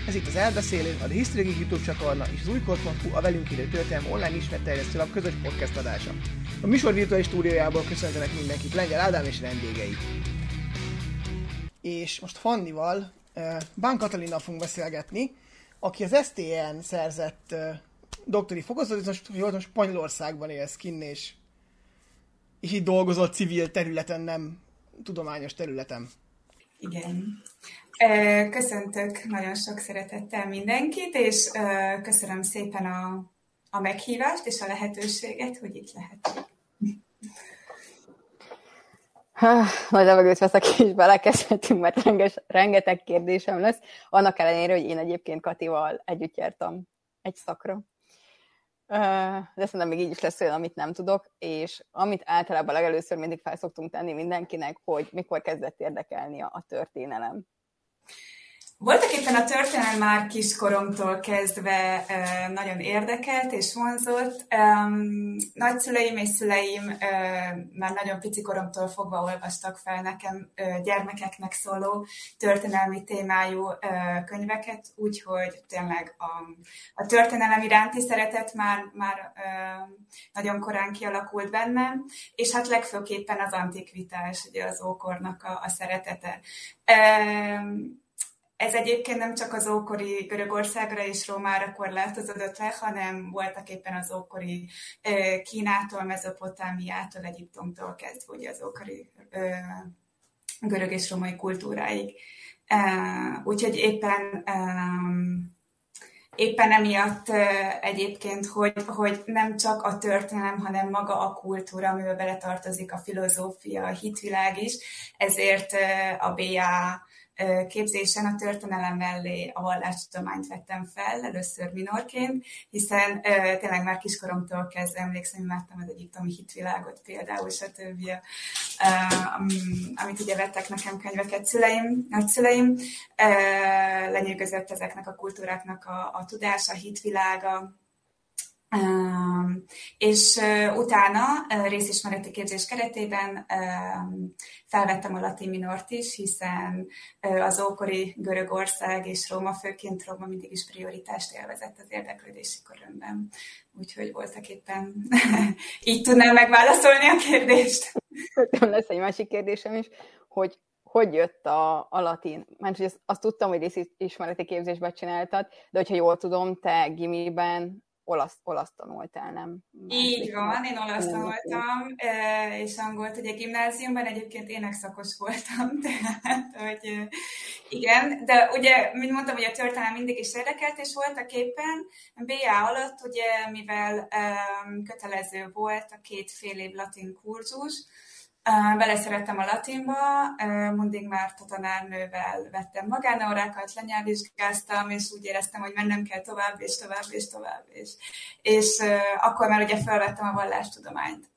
Ez itt az Elbeszélő, a The History Geek YouTube csatorna és az újkor.hu a velünk élő történelem online ismeretterjesztő lap közös podcast adása. A műsor virtuális stúdiójából köszöntenek mindenkit Lengyel Ádám és vendégei. És most Fannival, Bán Katalinnal fogunk beszélgetni, aki az STN szerzett doktori fokozatot, most Spanyolországban élsz kinn, és így dolgozott civil területen, nem tudományos területen. Igen. Köszöntök nagyon sok szeretettel mindenkit, és köszönöm szépen a meghívást és a lehetőséget, hogy itt lehetek. Nagy levegőt veszek, és belekezdhetünk, mert rengeteg kérdésem lesz. Annak ellenére, hogy én egyébként Katival együtt jártam egy szakra. De szerintem még így is lesz olyan, amit nem tudok, és amit általában legelőször mindig fel szoktunk tenni mindenkinek, hogy mikor kezdett érdekelni a történelem. Voltak éppen a történelem már kiskoromtól kezdve nagyon érdekelt és vonzott. Nagyszüleim és szüleim már nagyon pici koromtól fogva olvastak fel nekem gyermekeknek szóló történelmi témájú könyveket, úgyhogy tényleg a történelem iránti szeretet már nagyon korán kialakult bennem, és hát legfőképpen az antikvitás, ugye az ókornak a szeretete. Ez egyébként nem csak az ókori Görögországra és Rómára korlátozódott le, hanem voltak éppen az ókori Kínától, Mezopotámiától, Egyiptomtól kezdve ugye az ókori görög és római kultúráig. Úgyhogy éppen emiatt egyébként, hogy nem csak a történelem, hanem maga a kultúra, amivel beletartozik a filozófia, a hitvilág is, ezért a BA képzésen a történelem mellé a vallástudományt vettem fel, először minorként, hiszen tényleg már kiskoromtól kezdve emlékszem, imádtam az egyiptomi hitvilágot például, stb. Amit ugye vettek nekem könyveket szüleim, nagyszüleim, lenyűgözött ezeknek a kultúráknak a tudása, a hitvilága, és utána részismereti képzés keretében felvettem a latin minort is, hiszen az ókori Görögország és Róma, főként Róma mindig is prioritást élvezett az érdeklődési körömben. Úgyhogy voltak éppen így tudnám megválaszolni a kérdést. Lesz egy másik kérdésem is, hogy jött a latin? Mert hogy azt tudtam, hogy részismereti képzésben csináltad, de hogyha jól tudom, te gimiben olasz tanultál, nem? Így van, én olasz tanultam, és angolt ugye gimnáziumban, egyébként énekszakos voltam, tehát, hogy igen, de ugye, mint mondtam, hogy a történelem mindig is érdekelt, és voltak éppen BA alatt, ugye, mivel kötelező volt a 2,5 év latin kurzus, beleszerettem a latinba, mindig már a tanárnővel vettem magánórákat, lenyelvvizsgáztam, és úgy éreztem, hogy mennem kell tovább, és tovább, és tovább. És akkor már ugye felvettem a vallástudományt.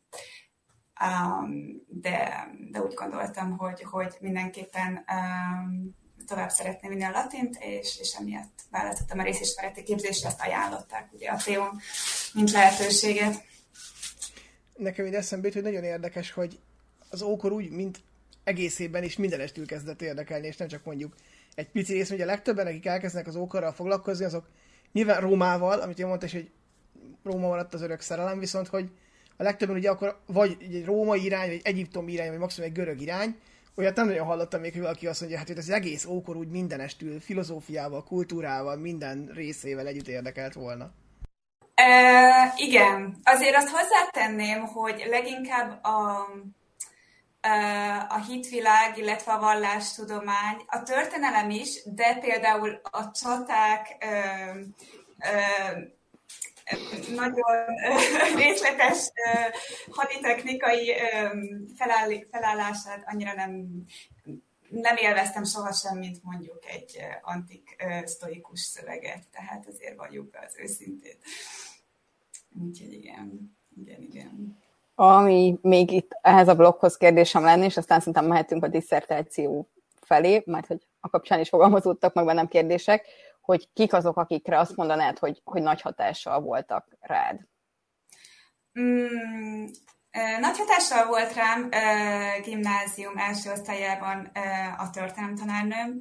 De úgy gondoltam, hogy mindenképpen tovább szeretném vinni a latint, és emiatt választottam a részismereti képzést, ezt ajánlották ugye a TÉON, mint lehetőséget. Nekem így eszembe jut, hogy nagyon érdekes, hogy az ókor úgy, mint egészében is mindenestül kezdett érdekelni, és nem csak mondjuk egy pici rész, hogy a legtöbben, akik elkezdenek az ókorral foglalkozni, azok nyilván Rómával, amit én mondtam, hogy Róma maradt az örök szerelem, viszont hogy a legtöbben ugye akkor vagy egy római irány, vagy egy egyiptomi irány, vagy maximum egy görög irány, olyat nem nagyon hallottam még, hogy valaki azt mondja, hát hogy az egész ókor úgy mindenestül, filozófiával, kultúrával, minden részével együtt érdekelt volna. Igen, azért azt hozzátenném, hogy leginkább a hitvilág, illetve a vallástudomány, a történelem is, de például a csaták nagyon részletes haditechnikai felállását annyira nem élveztem sohasem, mint mondjuk egy antik sztoikus szöveget, tehát azért valljuk be az őszintét. Úgyhogy igen. Ami még itt ehhez a blokkhoz kérdésem lenne, és aztán szerintem mehetünk a disszertáció felé, mert hogy a kapcsán is fogalmazódtak meg bennem kérdések, hogy kik azok, akikre azt mondanád, hogy nagy hatással voltak rád? Nagy hatással volt rám gimnázium első osztályában a történelemtanárnőm,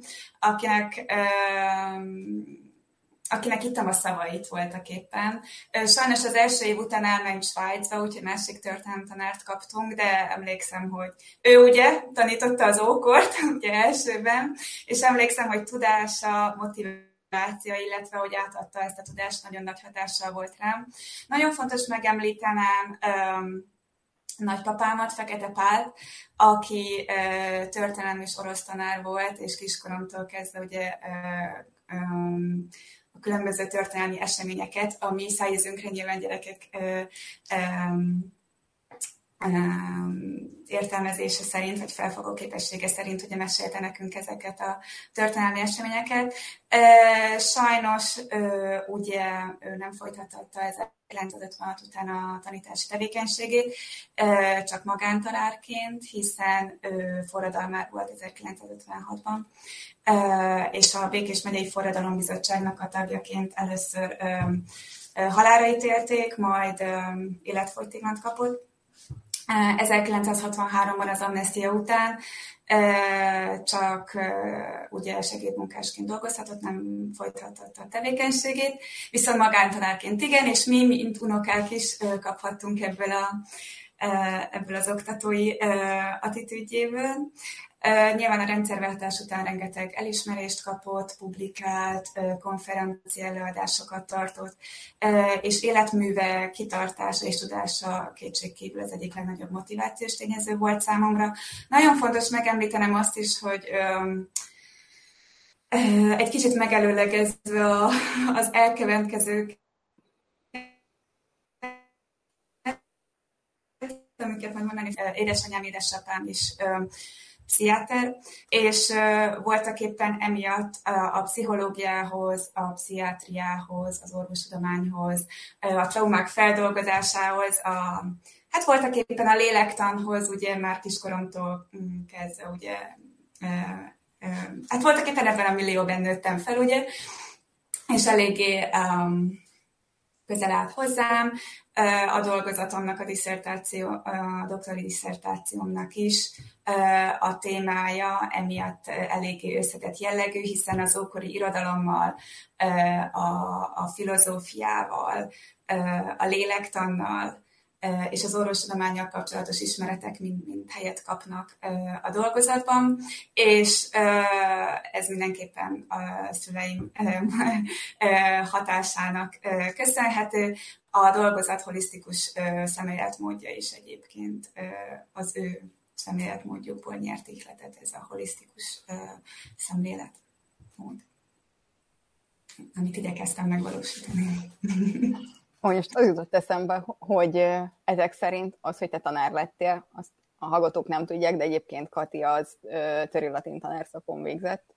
akinek ittam a szavait voltak éppen. Sajnos az első év után elment Svájcba, úgyhogy másik történelemtanárt kaptunk, de emlékszem, hogy ő ugye tanította az ókort, ugye elsőben, és emlékszem, hogy tudása, motiváció, illetve hogy átadta ezt a tudást, nagyon nagy hatással volt rám. Nagyon fontos megemlítenem nagypapámat, Fekete Pált, aki történelem és orosz tanár volt, és kiskoromtól kezdve ugye a különböző történelmi eseményeket, a mi szájízünkre nyilván gyerekek értelmezése szerint, vagy felfogó képessége szerint ugye mesélte nekünk ezeket a történelmi eseményeket. Sajnos ugye ő nem folytathatta 1956 után a tanítási tevékenységét, csak magántanárként, hiszen forradalmár volt 1956-ban, és a Békés megyei forradalombizottságnak a tagjaként először halálra ítélték, majd életfogytiglant kapott. 1963-ban az amnestia után csak ugye segédmunkásként dolgozhatott, nem folytathatta a tevékenységét, viszont magántanárként igen, és mi, mint unokák is kaphattunk ebből az oktatói attitűdjéből. Nyilván a rendszerváltás után rengeteg elismerést kapott, publikált, konferencia előadásokat tartott, és életműve, kitartása és tudása kétségkívül az egyik legnagyobb motivációs tényező volt számomra. Nagyon fontos megemlítenem azt is, hogy egy kicsit megelőlegezve az elkövetkezők, amiket majd mondani, édesanyám, édesapám is pszichiáter, és voltak éppen emiatt a pszichológiához, a pszichiátriához, az orvostudományhoz, a traumák feldolgozásához, hát voltak éppen a lélektanhoz, ugye már kiskoromtól kezdve, ugye, hát voltak éppen ebben a millióban nőttem fel, ugye, és közel állt hozzám, a dolgozatomnak, a doktori diszertációmnak is a témája emiatt eléggé összetett jellegű, hiszen az ókori irodalommal, a filozófiával, a lélektannal és az orvostudománnyal kapcsolatos ismeretek mind helyet kapnak a dolgozatban, és ez mindenképpen a szüleim hatásának köszönhető. A dolgozat holisztikus szemléletmódja is egyébként az ő szemléletmódjukból nyert ihletet, ez a holisztikus szemléletmód, amit igyekeztem megvalósítani. Most az jutott eszembe, hogy ezek szerint az, hogy te tanár lettél, azt a hallgatók nem tudják, de egyébként Kati az töri-latin tanárszakon végzett.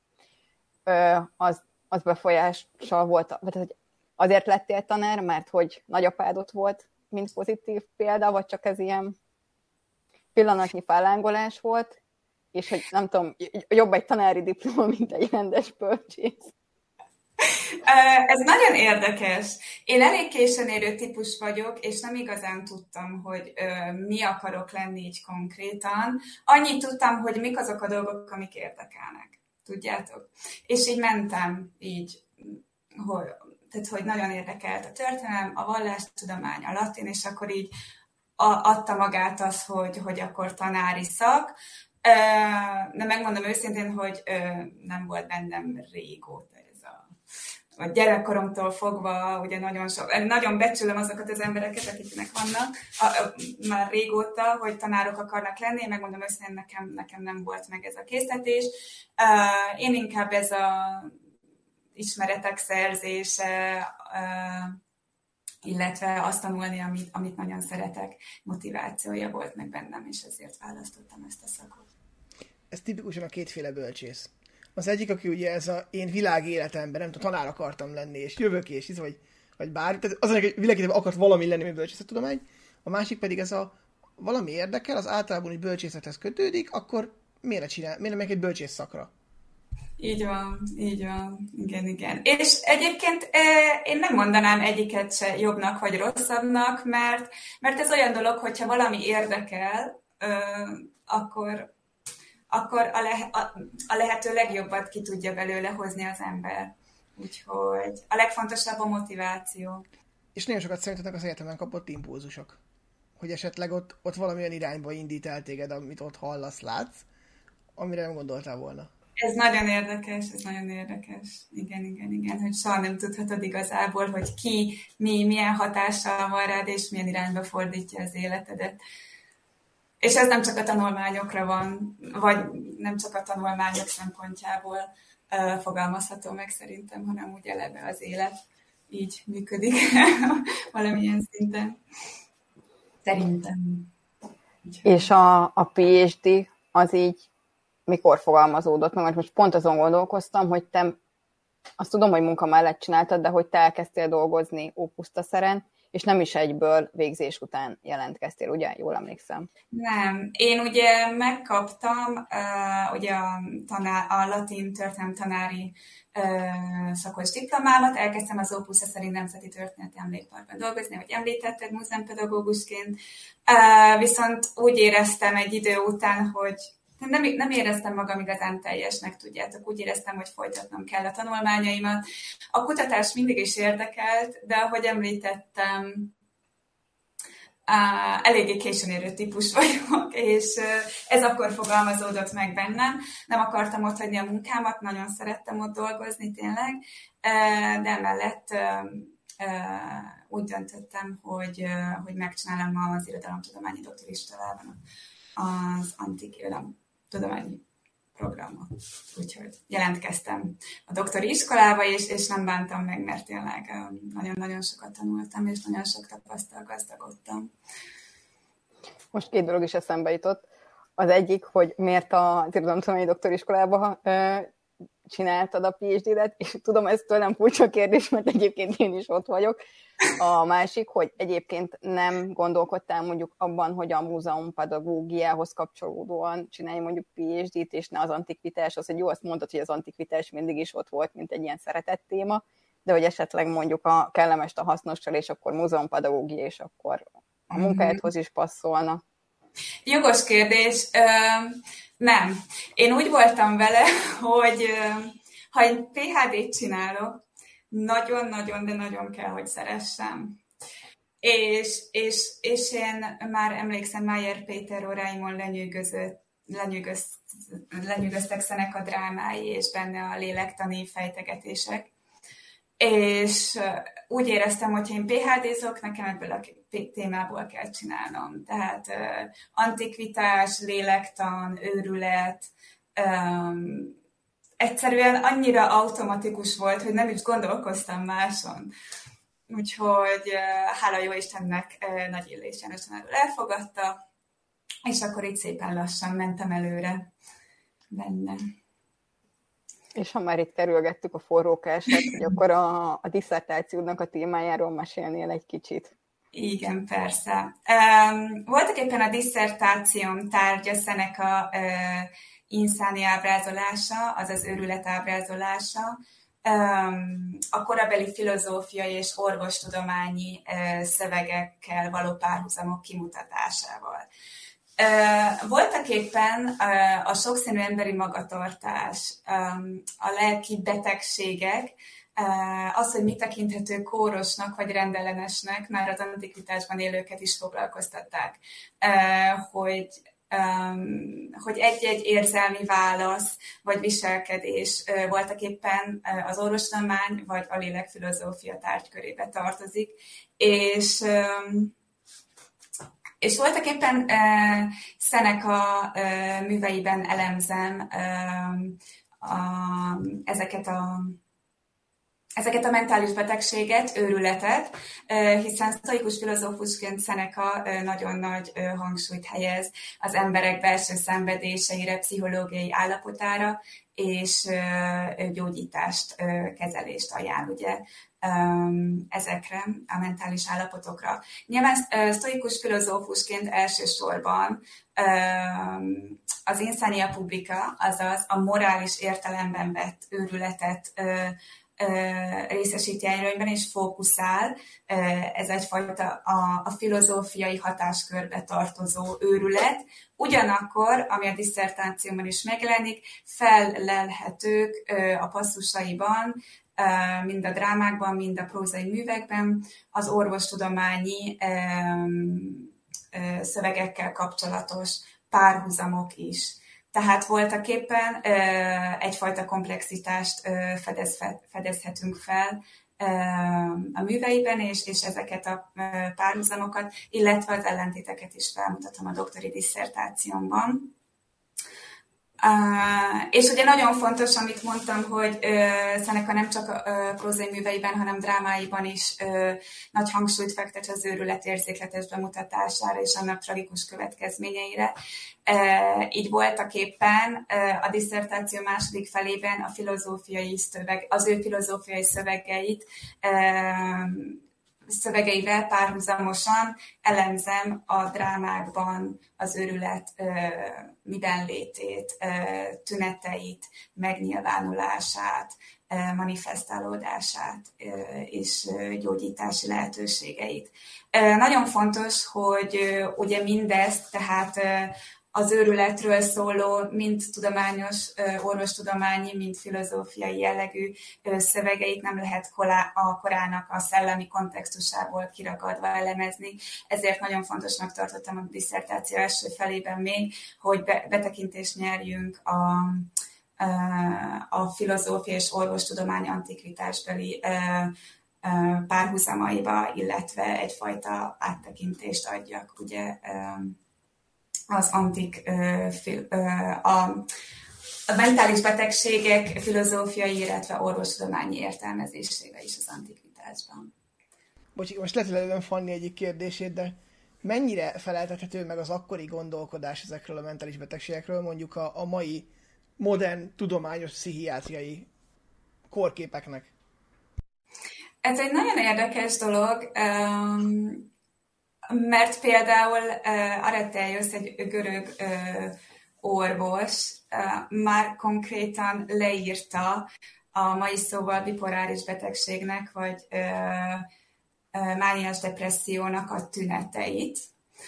Az befolyással volt, vagy hogy azért lettél tanár, mert hogy nagyapád ott volt, mint pozitív példa, vagy csak ez ilyen pillanatnyi fellángolás volt, és hogy nem tudom, jobb egy tanári diploma, mint egy rendes bölcsész. Ez nagyon érdekes. Én elég későn érő típus vagyok, és nem igazán tudtam, hogy mi akarok lenni így konkrétan. Annyit tudtam, hogy mik azok a dolgok, amik érdekelnek. Tudjátok? És így mentem így, hogy nagyon érdekelt a történelem, a vallástudomány, a latin, és akkor így adta magát az, hogy akkor tanári szak. De megmondom őszintén, hogy nem volt bennem régóta a gyerekkoromtól fogva, ugye nagyon becsülöm azokat az embereket, akiknek vannak már régóta, hogy tanárok akarnak lenni, én megmondom őszintén, nekem nem volt meg ez a késztetés. Én inkább ez a ismeretek szerzése, illetve azt tanulni, amit nagyon szeretek, motivációja volt meg bennem, és ezért választottam ezt a szakot. Ez tipikusan a kétféle bölcsész. Az egyik, aki ugye ez a én világéletemben, nem tudom, tanár akartam lenni, és jövök, és vagy bármi. Tehát az, hogy világéletemben akart valami lenni, mint bölcsészettudomány. A másik pedig ez a valami érdekel, az általában, hogy bölcsészethez kötődik, akkor miért nem egy bölcsész szakra? Így van, így van. Igen, igen. És egyébként én nem mondanám egyiket se jobbnak vagy rosszabbnak, mert ez olyan dolog, hogyha valami érdekel, akkor a lehető legjobbat ki tudja belőle hozni az ember. Úgyhogy a legfontosabb a motiváció. És nagyon sokat szerintetek az egyetemen kapott impulzusok. Hogy esetleg ott valamilyen irányba indít el téged, amit ott hallasz, látsz, amire nem gondoltál volna. Ez nagyon érdekes, ez nagyon érdekes. Igen, hogy soha nem tudhatod igazából, hogy ki, milyen hatással van rád, és milyen irányba fordítja az életedet. És ez nem csak a tanulmányokra van, vagy nem csak a tanulmányok szempontjából fogalmazható meg szerintem, hanem úgy eleve az élet így működik valamilyen szinten. Szerintem. És a PhD az így mikor fogalmazódott meg? Mert most pont azon gondolkoztam, hogy te azt tudom, hogy munka mellett csináltad, de hogy te elkezdtél dolgozni ópusztaszeren, és nem is egyből végzés után jelentkeztél, ugye? Jól emlékszem. Nem. Én ugye megkaptam ugye a latin történelem tanári szakos diplomámat, elkezdtem az Ópusztaszeri Nemzeti Történeti Emlékparkban dolgozni, ahogy említetted, múzeumpedagógusként, viszont úgy éreztem egy idő után, hogy nem éreztem magam igazán teljesnek, tudjátok. Úgy éreztem, hogy folytatnom kell a tanulmányaimat. A kutatás mindig is érdekelt, de ahogy említettem, eléggé későn érő típus vagyok, és ez akkor fogalmazódott meg bennem. Nem akartam ott hagyni a munkámat, nagyon szerettem ott dolgozni tényleg, de emellett úgy döntöttem, hogy megcsinálom az irodalomtudományi doktoriskolában az antik irodalomtudományi programot. Úgyhogy jelentkeztem a doktori iskolába, és nem bántam meg, mert tényleg nagyon-nagyon sokat tanultam, és nagyon sok tapasztal gazdagodtam. Most két dolog is eszembe jutott. Az egyik, hogy miért az irodalomtudományi doktoriskolába csináltad a PhD-et, és tudom, ez tőlem furcsa kérdés, mert egyébként én is ott vagyok. A másik, hogy egyébként nem gondolkodtál mondjuk abban, hogy a múzeumpedagógiához kapcsolódóan csinálj mondjuk PhD-t, és ne az antikvitáshoz, hogy jó, azt mondtad, hogy az antikvitás mindig is ott volt, mint egy ilyen szeretett téma, de hogy esetleg mondjuk a kellemest a hasznossal, és akkor múzeumpedagógia, és akkor a munkájáthoz is passzolna. Jogos kérdés. Nem. Én úgy voltam vele, hogy ha egy PhD-t csinálok, nagyon-nagyon, de nagyon kell, hogy szeressem. És én már emlékszem, Májer Péter óráimon lenyűgöztek Seneca drámái, és benne a lélektani fejtegetések. És úgy éreztem, hogy ha én PhD-zok, nekem ebből a témából kell csinálnom. Tehát antikvitás, lélektan, őrület, egyszerűen annyira automatikus volt, hogy nem is gondolkoztam máson. Úgyhogy hála jó Istennek Nagy Illés János tanár úr elfogadta, és akkor így szépen lassan mentem előre benne. És ha már itt kerülgettük a forrókását, hogy akkor a disszertációnak a témájáról mesélnél egy kicsit. Igen, persze. Voltak éppen a disszertációm tárgya Seneca inszáni ábrázolása, azaz őrület ábrázolása, a korabeli filozófiai és orvostudományi szövegekkel való párhuzamok kimutatásával. Voltak éppen a sokszínű emberi magatartás, a lelki betegségek, az, hogy mi tekinthető kórosnak vagy rendellenesnek, már az antikvitásban élőket is foglalkoztatták, hogy egy-egy érzelmi válasz vagy viselkedés voltak éppen az orvostudomány vagy a lélekfilozófia tárgykörébe tartozik, és voltak éppen Seneca műveiben elemzem ezeket a mentális betegséget, őrületet, hiszen sztoikus filozófusként Seneca nagyon nagy hangsúlyt helyez az emberek belső szenvedéseire, pszichológiai állapotára, és gyógyítást, kezelést ajánl ugye ezekre a mentális állapotokra. Nyilván sztoikus filozófusként elsősorban az insania publica, azaz a morális értelemben vett őrületet részesíti előnyben és fókuszál. Ez egyfajta a filozófiai hatáskörbe tartozó őrület. Ugyanakkor, ami a disszertációban is megjelenik, fellelhetők a passzusaiban, mind a drámákban, mind a prózai művekben az orvostudományi szövegekkel kapcsolatos párhuzamok is. Tehát voltaképpen egyfajta komplexitást fedezhetünk fel a műveiben, és ezeket a párhuzamokat, illetve az ellentéteket is felmutatom a doktori disszertációmban. És ugye nagyon fontos, amit mondtam, hogy Seneca nem csak a prózai műveiben, hanem drámáiban is nagy hangsúlyt fektet az őrület érzékletes bemutatására és annak tragikus következményeire. Így voltaképpen a disszertáció második felében az ő filozófiai szövegeivel párhuzamosan elemzem a drámákban az őrület miben létét, tüneteit, megnyilvánulását, manifestálódását és gyógyítási lehetőségeit. Nagyon fontos, hogy ugye mindezt, tehát az őrületről szóló, mind tudományos, orvostudományi, mind filozófiai jellegű szövegeit nem lehet a korának a szellemi kontextusából kiragadva elemezni. Ezért nagyon fontosnak tartottam a disszertáció első felében még, hogy betekintést nyerjünk a filozófia és orvostudomány antikvitásbeli párhuzamaiba, illetve egyfajta áttekintést adjak, ugye, az a mentális betegségek filozófiai, illetve orvostudományi értelmezésével is az antikvitásban. Bocsi, most letelelem Fanni egyik kérdését, de mennyire feleltethető meg az akkori gondolkodás ezekről a mentális betegségekről, mondjuk a mai modern tudományos pszichiátriai korképeknek? Ez egy nagyon érdekes dolog, mert például Areteiosz, egy görög orvos, már konkrétan leírta a mai szóval bipoláris betegségnek, vagy mániás depressziónak a tüneteit.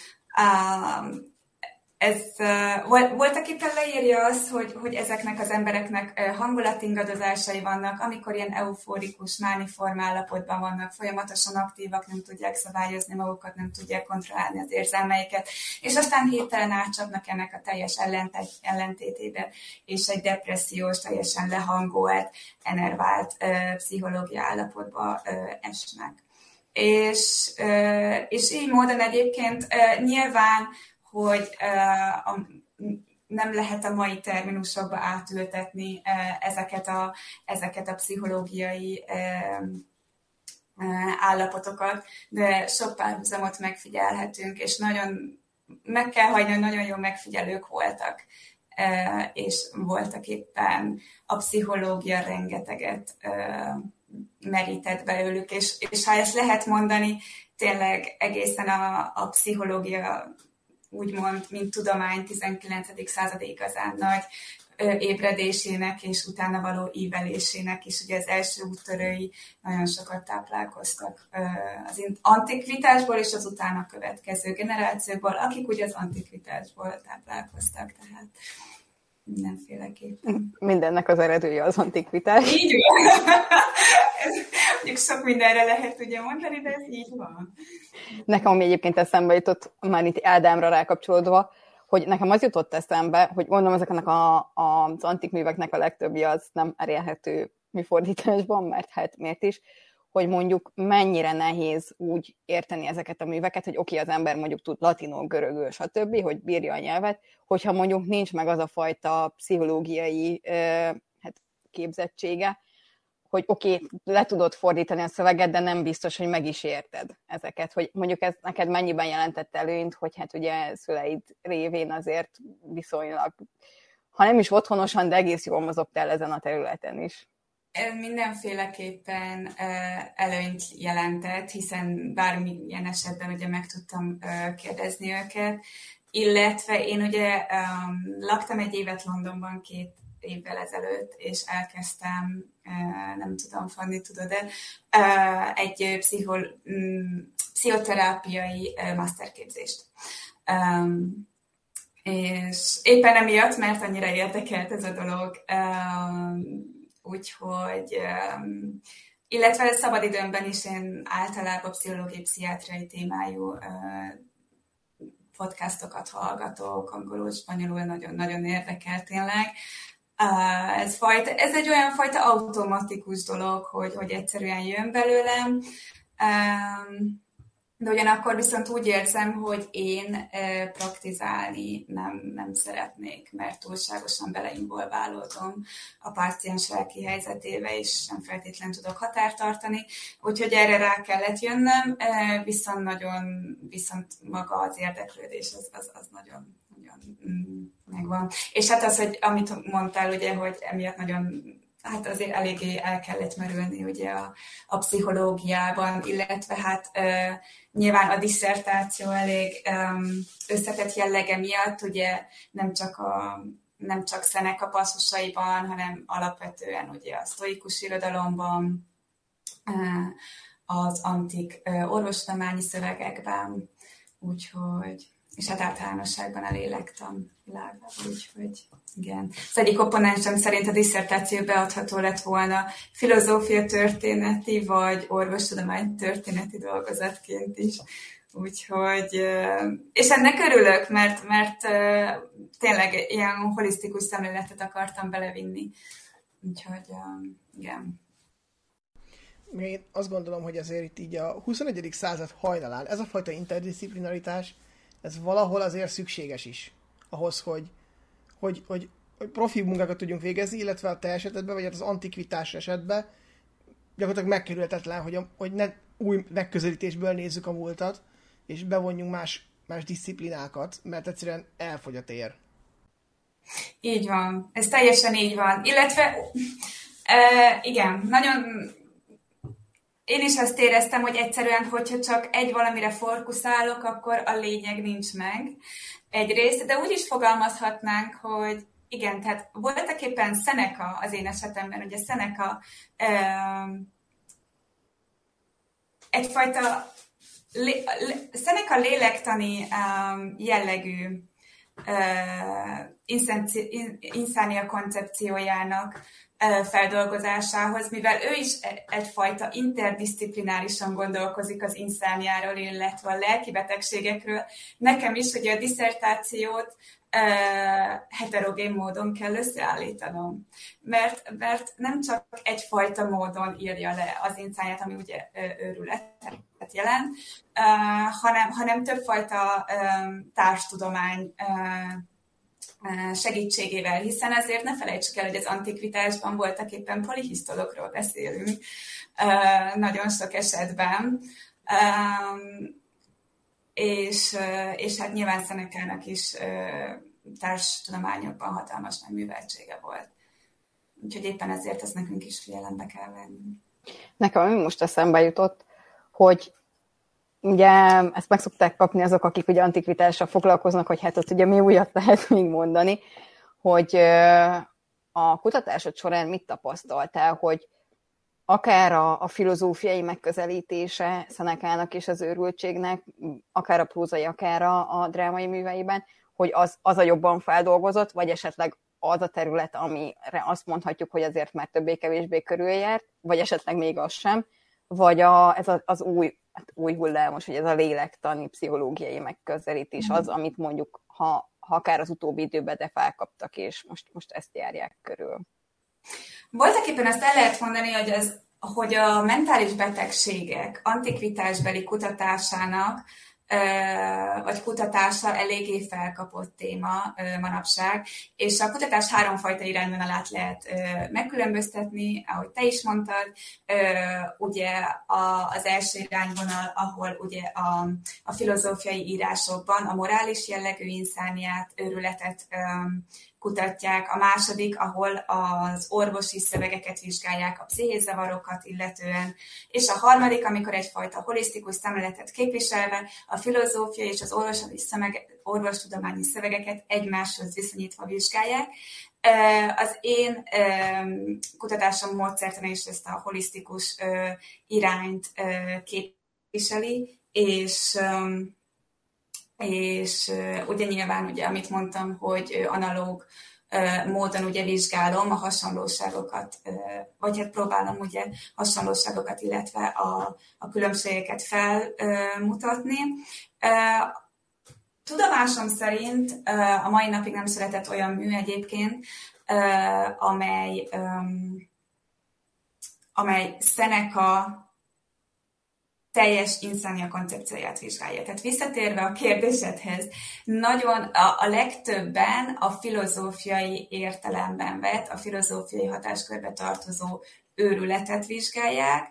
Ez voltaképpen leírja azt, hogy ezeknek az embereknek hangulatingadozásai vannak, amikor ilyen euforikus, mániform állapotban vannak, folyamatosan aktívak, nem tudják szabályozni magukat, nem tudják kontrollálni az érzelmeiket, és aztán hirtelen átcsapnak ennek a teljes ellentétébe, és egy depressziós, teljesen lehangolt, enervált pszichológia állapotba esnek. És így módon egyébként nyilván, hogy nem lehet a mai terminusokba átültetni ezeket a pszichológiai állapotokat, de sok párhuzamot megfigyelhetünk, és nagyon meg kell hagyni, hogy nagyon jó megfigyelők voltak, és voltak éppen a pszichológia rengeteget merített belőlük, és ha ezt lehet mondani, tényleg egészen a pszichológia úgymond, mint tudomány 19. század igazán nagy ébredésének és utána való ívelésének is. Ugye az első úttörői nagyon sokat táplálkoztak az antikvitásból és az utána következő generációkból, akik ugye az antikvitásból táplálkoztak, tehát mindenféleképpen. Mindennek az eredője az antikvitás. Így van. Mondjuk sok mindenre lehet ugye mondani, de ez így van. Nekem ami egyébként eszembe jutott, már itt Ádámra rákapcsolódva, hogy nekem az jutott eszembe, hogy mondom, ezeknek az antik műveknek a legtöbbje az nem elérhető műfordításban, mert hát miért is, hogy mondjuk mennyire nehéz úgy érteni ezeket a műveket, hogy oké, az ember mondjuk tud latinul, görögül, stb., hogy bírja a nyelvet, hogyha mondjuk nincs meg az a fajta pszichológiai képzettsége, hogy oké, le tudod fordítani a szöveget, de nem biztos, hogy meg is érted ezeket. Hogy mondjuk ez neked mennyiben jelentett előnyt, hogy hát ugye szüleid révén azért viszonylag ha nem is otthonosan, de egész jól mozogtál ezen a területen is. Ez mindenféleképpen előnyt jelentett, hiszen bármilyen esetben ugye meg tudtam kérdezni őket, illetve én ugye laktam egy évet Londonban 2 évvel ezelőtt, és elkezdtem, nem tudom, Fanni, tudod-e, egy pszichoterápiai masterképzést. És éppen emiatt, mert annyira érdekelt ez a dolog, úgyhogy, illetve szabadidőmben is én általában pszichológiai, pszichiátriai témájú podcastokat hallgatok, angolul, spanyolul, nagyon-nagyon érdekel tényleg. Ez egy olyan fajta automatikus dolog, hogy egyszerűen jön belőlem, de ugyanakkor viszont úgy érzem, hogy én praktizálni nem szeretnék, mert túlságosan beleinvolválódom a páciens lelki helyzetébe, és nem feltétlenül tudok határt tartani. Úgyhogy erre rá kellett jönnöm, viszont maga az érdeklődés az nagyon megvan. És hát az, hogy amit mondtál, ugye, hogy emiatt nagyon, hát azért eléggé el kellett merülni ugye a pszichológiában, illetve hát nyilván a disszertáció elég összetett jellege miatt, ugye nem csak Seneca passzusaiban, hanem alapvetően ugye a sztoikus irodalomban, az antik orvostudományi szövegekben, úgyhogy és hát általánosságban a lélektan világban, úgyhogy igen. Az egyik opponensem szerint a disszertáció beadható lett volna filozófia történeti, vagy orvostudomány történeti dolgozatként is. Úgyhogy, és ennek örülök, mert tényleg ilyen holisztikus szemléletet akartam belevinni. Úgyhogy igen. Én azt gondolom, hogy azért itt így a 21. század hajnalán ez a fajta interdisziplinaritás, ez valahol azért szükséges is. Ahhoz, hogy profi munkákat tudjunk végezni, illetve a te esetedben, vagy az antikvitás esetben gyakorlatilag megkerülhetetlen, hogy ne új megközelítésből nézzük a múltat, és bevonjunk más diszciplinákat, mert egyszerűen elfogy a tér. Így van. Ez teljesen így van. Illetve, igen, nagyon... Én is azt éreztem, hogy egyszerűen, hogyha csak egy valamire fókuszálok, akkor a lényeg nincs meg egyrészt, de úgy is fogalmazhatnánk, hogy igen, tehát voltak éppen Seneca az én esetemben, ugye Seneca egyfajta Seneca lélektani jellegű inszánia koncepciójának feldolgozásához, mivel ő is egyfajta interdisziplinárisan gondolkozik az inszániáról, illetve a lelki betegségekről. Nekem is ugye a disszertációt heterogén módon kell összeállítanom. Mert nem csak egyfajta módon írja le az inszániát, ami ugye őrületet jelent, hanem többfajta társtudomány segítségével, hiszen azért ne felejtsük el, hogy az antikvitásban voltak éppen polihisztologról beszélünk nagyon sok esetben, és hát nyilván Senecának is társtudományokban hatalmas nagy műveltsége volt. Úgyhogy éppen ezért ezt nekünk is figyelembe kell venni. Nekem ami most eszembe jutott, hogy ugye ezt meg szokták kapni azok, akik ugye antikvitással foglalkoznak, hogy hát ott ugye mi újat lehet még mondani, hogy a kutatásod során mit tapasztaltál, hogy akár a filozófiai megközelítése Senecának és az őrültségnek, akár a prózai, akár a drámai műveiben, hogy az a jobban feldolgozott, vagy esetleg az a terület, amire azt mondhatjuk, hogy azért már többé-kevésbé körüljárt, vagy esetleg még az sem, vagy ez az új hullámos, hogy ez a lélektani, pszichológiai megközelítés az, amit mondjuk, ha akár az utóbbi időben de felkaptak, és most ezt járják körül. Voltak éppen azt el lehet mondani, hogy a mentális betegségek antikvitásbeli kutatásának vagy kutatása eléggé felkapott téma manapság, és a kutatás háromfajta irányvonalát lehet megkülönböztetni, ahogy te is mondtad, ugye az első irányvonal, ahol ugye a filozófiai írásokban a morális jellegű inszániát, őrületet kutatják, a második, ahol az orvosi szövegeket vizsgálják, a pszichés-zavarokat illetően, és a harmadik, amikor egyfajta holisztikus szemléletet képviselve a filozófiai és az orvostudományi szövegeket egymáshoz viszonyítva vizsgálják. Az én kutatásom módszertana is ezt a holisztikus irányt képviseli, és ugye nyilván, ugye, amit mondtam, hogy analóg módon ugye vizsgálom a hasonlóságokat, vagy hát próbálom ugye hasonlóságokat, illetve a különbségeket felmutatni. Tudomásom szerint a mai napig nem született olyan mű egyébként, amely Seneca teljes insomnia koncepcióját vizsgálja. Tehát visszatérve a kérdésedhez, nagyon a legtöbben a filozófiai értelemben vett, a filozófiai hatáskörbe tartozó őrületet vizsgálják.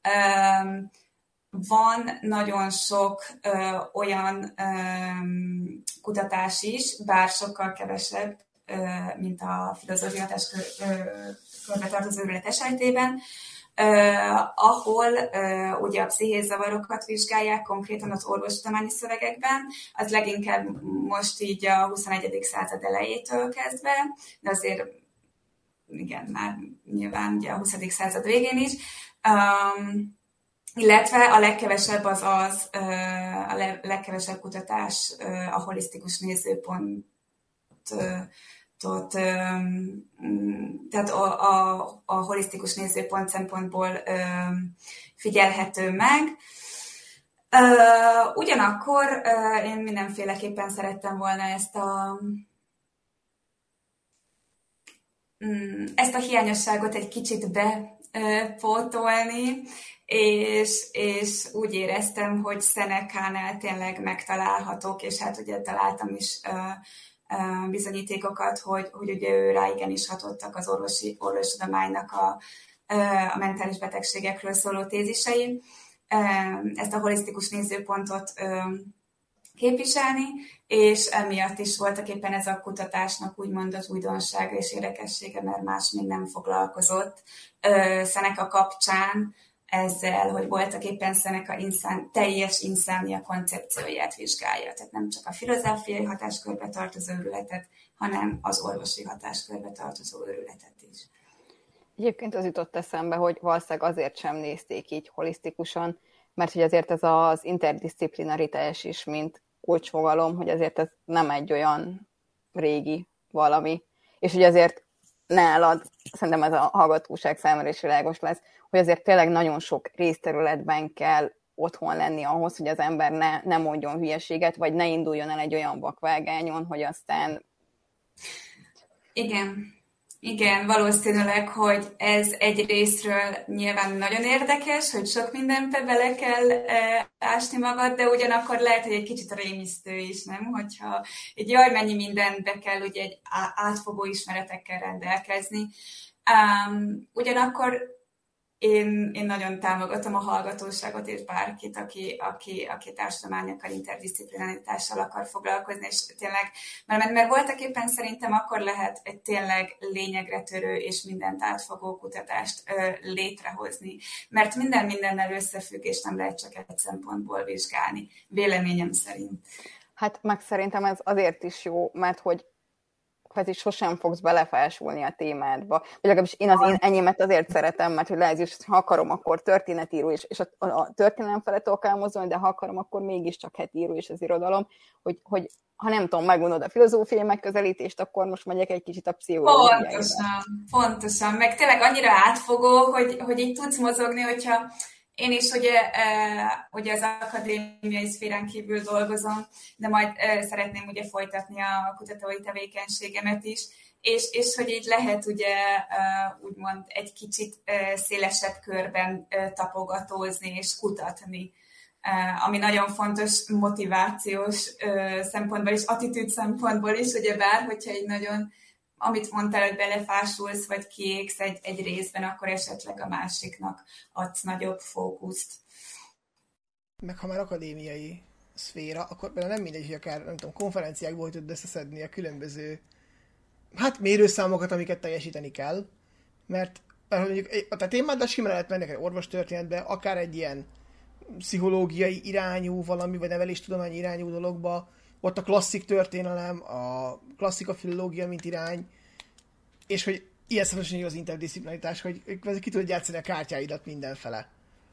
Van nagyon sok olyan kutatás is, bár sokkal kevesebb, mint a filozófiai hatáskörbe tartozó őrület esetében, ahol ugye a pszichés-zavarokat vizsgálják konkrétan az orvostudományi szövegekben, az leginkább most így a 21. század elejétől kezdve, de azért igen, már nyilván ugye a 20. század végén is, illetve a legkevesebb a legkevesebb kutatás a holisztikus nézőpont, tehát a holisztikus nézőpont szempontból figyelhető meg. Ugyanakkor én mindenféleképpen szerettem volna ezt a hiányosságot egy kicsit bepótolni, és úgy éreztem, hogy Senecánál tényleg megtalálhatók, és hát ugye találtam is bizonyítékokat, hogy ugye ő rá igenis hatottak az orvostudománynak a mentális betegségekről szóló tézisei. Ezt a holisztikus nézőpontot képviselni, és emiatt is voltak éppen ez a kutatásnak úgymond az újdonsága és érdekessége, mert más még nem foglalkozott Seneca kapcsán ezzel, hogy voltak éppen Seneca teljes insomnia koncepcióját vizsgálja. Tehát nem csak a filozófiai hatáskörbe tartozó őrületet, hanem az orvosi hatáskörbe tartozó őrületet is. Egyébként az jutott eszembe, hogy valószínűleg azért sem nézték így holisztikusan, mert hogy azért ez az interdisziplinaritás is, mint kulcsfogalom, hogy azért ez nem egy olyan régi valami. És hogy azért nálad, szerintem ez a hallgatóság számára is világos lesz, hogy azért tényleg nagyon sok részterületben kell otthon lenni ahhoz, hogy az ember ne mondjon hülyeséget, vagy ne induljon el egy olyan vakvágányon, hogy aztán... Igen, valószínűleg, hogy ez egy részről nyilván nagyon érdekes, hogy sok mindenbe bele kell ásni magad, de ugyanakkor lehet, hogy egy kicsit rémisztő is, nem? Hogyha egy jaj, mennyi mindenbe kell ugye egy átfogó ismeretekkel rendelkezni. Ugyanakkor én nagyon támogatom a hallgatóságot és bárkit, aki társadalmányokkal, interdiszciplinaritással akar foglalkozni, és tényleg, mert voltak éppen szerintem akkor lehet egy tényleg lényegre törő és mindent átfogó kutatást létrehozni, mert mindennel összefügg, és nem lehet csak egy szempontból vizsgálni, véleményem szerint. Hát meg szerintem ez azért is jó, mert hogy is sosem fogsz belefásulni a témádba. Vagy legalábbis én az én enyémet azért szeretem, mert hogy lehet, hogy ha akarom, akkor történetíró is, és a történelem felett tudok elmozdulni, de ha akarom, akkor mégiscsak író is az irodalom, hogy ha nem tudom, megmondod a filozófiai megközelítést, akkor most megyek egy kicsit a pszichológiára. Pontosan. Meg tényleg annyira átfogó, hogy így tudsz mozogni, hogyha én is ugye az akadémiai szférán kívül dolgozom, de majd szeretném ugye folytatni a kutatói tevékenységemet is, és hogy így lehet ugye úgymond egy kicsit szélesebb körben tapogatózni és kutatni, ami nagyon fontos motivációs szempontból és attitűd szempontból is, ugyebár, hogyha egy nagyon, amit mondtál, hogy belefásulsz, vagy kiégsz egy részben, akkor esetleg a másiknak adsz nagyobb fókuszt. Meg ha már akadémiai szféra, akkor nem mindegy, hogy akár, nem tudom, konferenciákból tudod összeszedni a különböző mérőszámokat, amiket teljesíteni kell, mert mondjuk a témáddal simán lehet menni egy orvostörténetbe, akár egy ilyen pszichológiai irányú valami, vagy neveléstudományi irányú dologba, ott a klasszik történelem, a klasszika filológia, mint irány, és hogy ilyen szemben az interdisziplinaritás, hogy ki tudod játszani a kártyáidat mindenfele.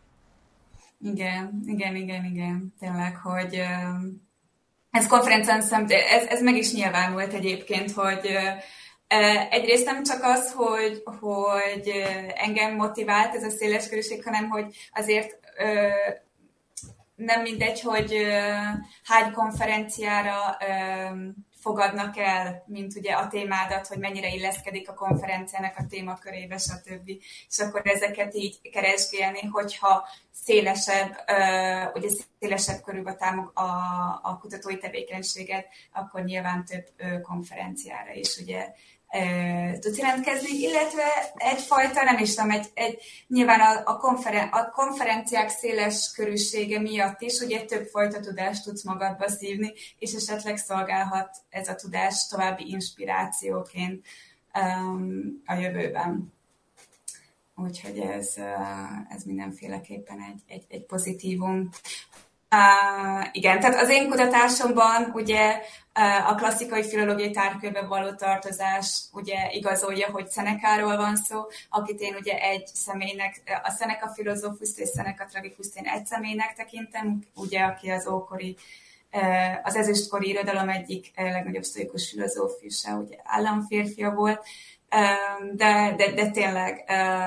Igen. Tényleg, hogy ez konferencián ez meg is nyilvánult egyébként, hogy egyrészt nem csak az, hogy engem motivált ez a széleskörűség, hanem hogy azért nem mindegy, hogy hány konferenciára fogadnak el, mint ugye a témádat, hogy mennyire illeszkedik a konferenciának a témakörébe, stb. És akkor ezeket így keresgélni, hogyha szélesebb körül a kutatói tevékenységet, akkor nyilván több konferenciára is ugye tudsz jelentkezni, illetve egyfajta, nem is tudom, nyilván a konferenciák széles körűsége miatt is ugye többfajta tudást tudsz magadba szívni, és esetleg szolgálhat ez a tudás további inspirációként a jövőben. Úgyhogy ez mindenféleképpen egy pozitívum. Igen, tehát az én kutatásomban ugye a klasszikai filológiai tárgykörbe való tartozás ugye igazolja, hogy Senecáról van szó, akit én ugye egy személynek, a Seneca filozófuszt és Seneca tragicust én egy személynek tekintem, ugye aki az ókori, az ezüstkori irodalom egyik legnagyobb sztoikus filozófusa, ugye államférfia volt, de tényleg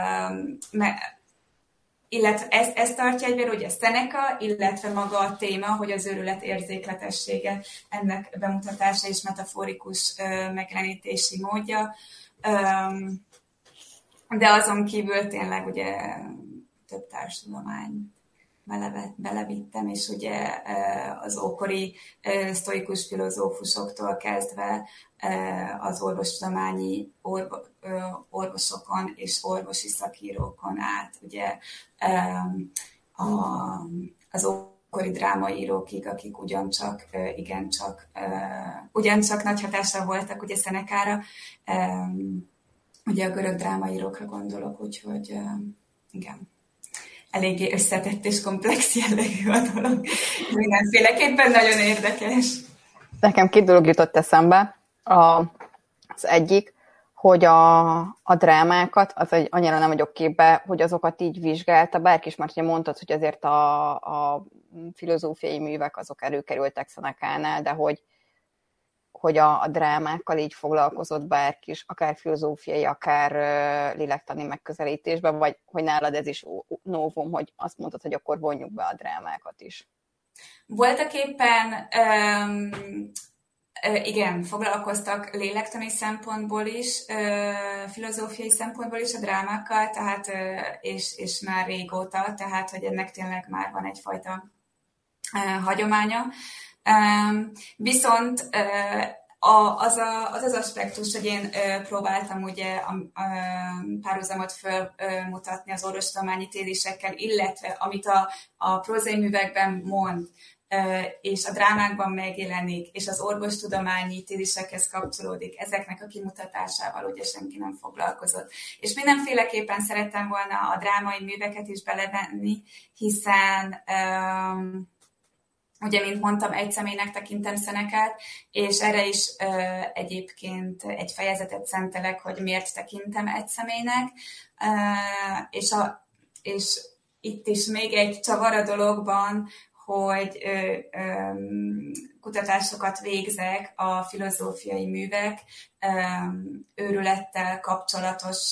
illetve ezt tartja egyben, ugye Seneca, illetve maga a téma, hogy az őrület érzékletessége, ennek bemutatása és metaforikus megjelenítési módja. De azon kívül tényleg ugye több társadalmány belevittem, és ugye az ókori sztoikus filozófusoktól kezdve az orvostudományi orvosokon és orvosi szakírókon át, ugye az ókori drámaírókig, akik ugyancsak nagy hatással voltak ugye Senecára, ugye a görög drámaírókra gondolok, úgyhogy igen. Eléggé összetett és komplex jellegű a dolog. Mindenféleképpen nagyon érdekes. Nekem 2 dolog jutott eszembe. Az egyik, hogy a drámákat, annyira nem vagyok képbe, hogy azokat így vizsgálta bárki is, mert ugye mondtad, hogy azért a filozófiai művek azok előkerültek Senecánál, de hogy a drámákkal így foglalkozott bárki is, akár filozófiai, akár lélektani megközelítésben, vagy hogy nálad ez is novum, hogy azt mondtad, hogy akkor vonjuk be a drámákat is. Voltak éppen, igen, foglalkoztak lélektani szempontból is, filozófiai szempontból is a drámákkal, tehát, és már régóta, tehát, hogy ennek tényleg már van egyfajta hagyománya. Viszont az aspektus, hogy én próbáltam ugye párhuzamot fölmutatni az orvostudományi tézisekkel, illetve amit a prózai művekben mond, és a drámákban megjelenik, és az orvostudományi tézisekhez kapcsolódik, ezeknek a kimutatásával ugye senki nem foglalkozott. És mindenféleképpen szerettem volna a drámai műveket is belevenni, hiszen ugye, mint mondtam, egy személynek tekintem Senecát, és erre is egyébként egy fejezetet szentelek, hogy miért tekintem egy személynek, és itt is még egy csavar a dologban, hogy kutatásokat végzek a filozófiai művek őrülettel kapcsolatos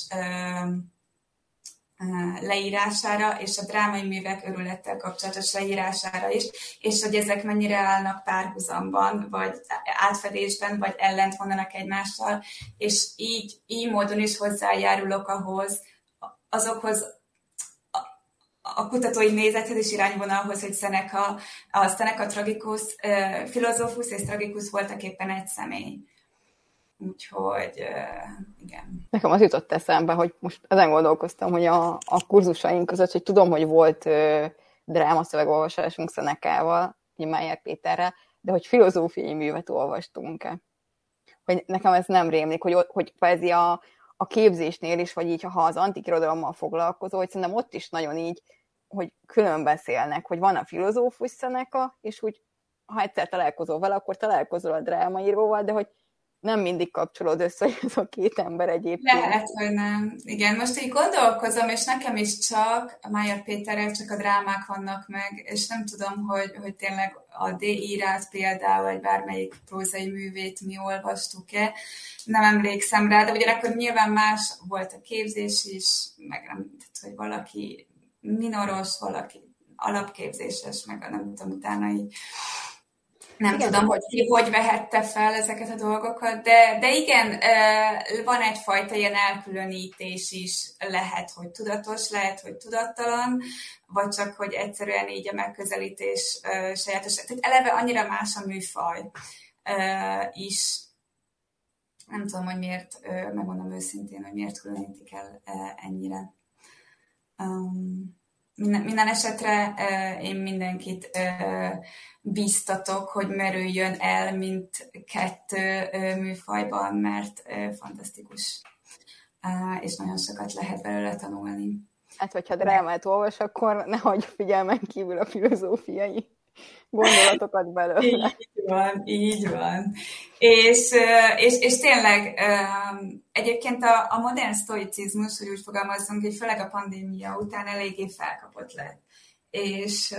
leírására, és a drámai művek őrülettel kapcsolatos leírására is, és hogy ezek mennyire állnak párhuzamban, vagy átfedésben, vagy ellent mondanak egymással, és így módon is hozzájárulok azokhoz a kutatói nézethez és irányvonalhoz, hogy Seneca tragicus, filozófus és tragicus voltak éppen egy személy. Úgyhogy igen. Nekem az jutott eszembe, hogy most ezen gondolkoztam, hogy a kurzusaink között, hogy tudom, hogy volt drámaszövegolvasásunk Senecával, Meyer Péterrel, de hogy filozófiai művet olvastunk-e. hogy nekem ez nem rémlik, hogy kvázi a képzésnél is, vagy így, ha az antik irodalommal foglalkozó, hogy szerintem ott is nagyon így, hogy külön beszélnek, hogy van a filozófus Seneca, és úgy, ha egyszer találkozol vele, akkor találkozol a drámaíróval, de hogy nem mindig kapcsolód össze, hogy ez a két ember egyébként. Lehet, hogy nem. Igen, most így gondolkozom, és nekem is csak, a Májer Péterrel csak a drámák vannak meg, és nem tudom, hogy tényleg a D. írát például, vagy bármelyik prózai művét mi olvastuk-e. Nem emlékszem rá, de ugyanakkor nyilván más volt a képzés is, meg nem, hogy valaki minoros, valaki alapképzéses, meg nem tudom, utána így nem igen, tudom, hogy vehette fel ezeket a dolgokat, de igen, van egyfajta ilyen elkülönítés is, lehet, hogy tudatos, lehet, hogy tudattalan, vagy csak, hogy egyszerűen így a megközelítés sajátos. Tehát eleve annyira más a műfaj is. Nem tudom, hogy miért, megmondom őszintén, hogy miért különítik el ennyire. Minden esetre én mindenkit bíztatok, hogy merüljön el mindkettő műfajban, mert fantasztikus, és nagyon sokat lehet belőle tanulni. Hát, hogyha drámát olvas, akkor ne hagyj figyelmen kívül a filozófiai gondolatokat belőle. Így van. És tényleg egyébként a modern sztoicizmus, hogy úgy fogalmazzunk, hogy főleg a pandémia után eléggé felkapott lett. És